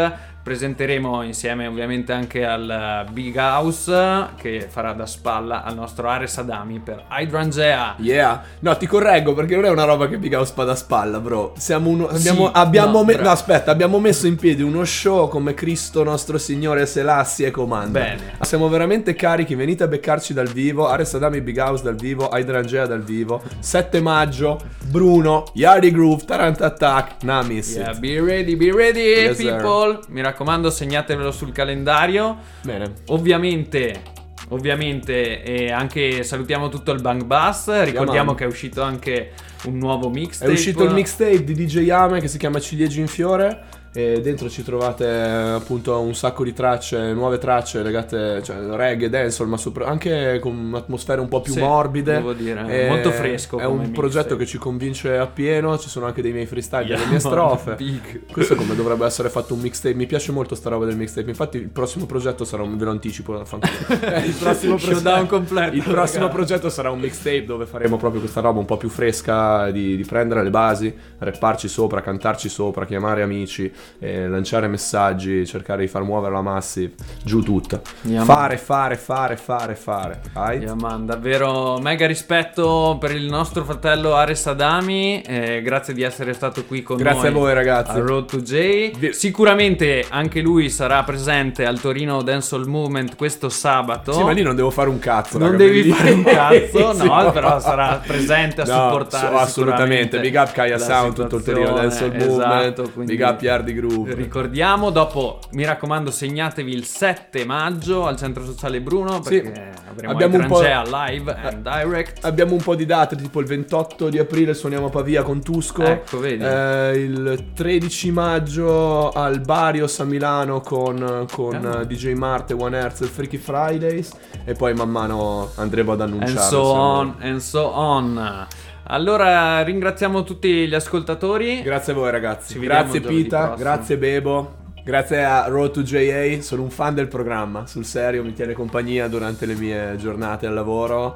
S2: presenteremo insieme ovviamente anche al Big House, che farà da spalla al nostro Ares Adami per Hydrangea.
S5: Yeah. No, ti correggo, perché non è una roba che Big House fa da spalla, bro. Siamo uno, abbiamo,
S2: Sì,
S5: abbiamo
S2: no,
S5: me-
S2: bra-
S5: no, aspetta, abbiamo messo in piedi uno show come Cristo nostro Signore Selassie comanda.
S2: Bene.
S5: Siamo veramente carichi, venite a beccarci dal vivo. Ares Adami, Big House dal vivo, Hydrangea dal vivo. sette maggio, Bruno, Yardi Groove, Tarant Attack, Namis.
S2: Yeah, be ready, be ready,
S5: Yes,
S2: people. Mi raccomando, segnatevelo sul calendario.
S5: Bene.
S2: Ovviamente, ovviamente, e anche salutiamo tutto il Bang Bus. Ricordiamo
S5: man.
S2: che è uscito anche un nuovo
S5: È
S2: mixtape.
S5: uscito il mixtape di D J Yame che si chiama Ciliegi in Fiore. E dentro ci trovate appunto un sacco di tracce, nuove tracce legate, cioè reggae, dancehall, ma sopra- anche con atmosfere un po' più
S2: Sì,
S5: morbide.
S2: devo dire,
S5: E
S2: molto fresco
S5: È
S2: come
S5: un
S2: mixtape.
S5: progetto che ci convince appieno. Ci sono anche dei miei freestyle,
S2: Yeah,
S5: delle mie
S2: man,
S5: strofe.
S2: big.
S5: Questo è come dovrebbe essere fatto un mixtape. Mi piace molto sta roba del mixtape. Infatti il prossimo progetto sarà un, ve lo anticipo, fanculo. Il prossimo
S2: Showdown completo,
S5: Il prossimo
S2: raga.
S5: progetto sarà un mixtape dove faremo proprio questa roba un po' più fresca, di, di prendere le basi, rapparci sopra, cantarci sopra, chiamare amici, eh, lanciare messaggi, cercare di far muovere la Massive, giù tutta.
S2: Yeah,
S5: fare, fare, fare, fare, fare. Right?
S2: Yeah, man, davvero mega rispetto per il nostro fratello Ares Adami. Eh, grazie di essere stato qui con
S5: Grazie
S2: noi
S5: a voi, ragazzi.
S2: a Road to J. Sicuramente anche lui sarà presente al Torino Dancehall Movement questo sabato.
S5: Sì, ma lì non devo fare un cazzo.
S2: Non
S5: raga,
S2: devi
S5: bellissimo.
S2: fare un cazzo,
S5: Sì,
S2: no, però sarà presente a
S5: No,
S2: supportare
S5: so- assolutamente.
S2: sicuramente
S5: Big up Kaya
S2: la
S5: Sound, tutto il Torino Dancehall
S2: situazione,
S5: Movement.
S2: esatto, quindi
S5: Big up Yardi Groove.
S2: ricordiamo. Dopo, mi raccomando, segnatevi il sette maggio al Centro Sociale Bruno,
S5: Sì.
S2: perché avremo
S5: Abbiamo un po'-
S2: Hydrangea live and direct.
S5: Abbiamo un po' di date, tipo il ventotto di aprile suoniamo a Pavia con Tusco.
S2: Ecco, vedi.
S5: Eh, il tredici maggio al Barrios a Milano con, con
S2: Ah.
S5: eh, D J Marte, One Hertz e Freaky Fridays. E poi man mano andremo ad annunciare.
S2: And so on, and so on. Allora ringraziamo tutti gli ascoltatori.
S5: Grazie a voi, ragazzi.
S2: Ci vediamo
S5: Grazie
S2: giovedì
S5: Pita,
S2: prossimo.
S5: grazie Bebo. Grazie a Road to J A, sono un fan del programma, sul serio, mi tiene compagnia durante le mie giornate al lavoro.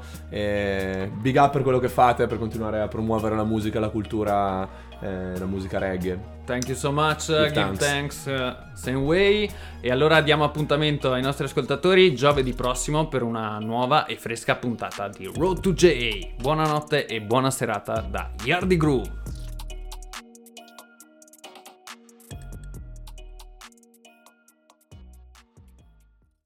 S5: E big up per quello che fate, per continuare a promuovere la musica, la cultura, eh, la musica reggae.
S2: Thank you so much,
S5: Big
S2: give
S5: thanks.
S2: thanks, uh, same way. E allora diamo appuntamento ai nostri ascoltatori giovedì prossimo per una nuova e fresca puntata di Road to J A. Buonanotte e buona serata da Yardi Groove.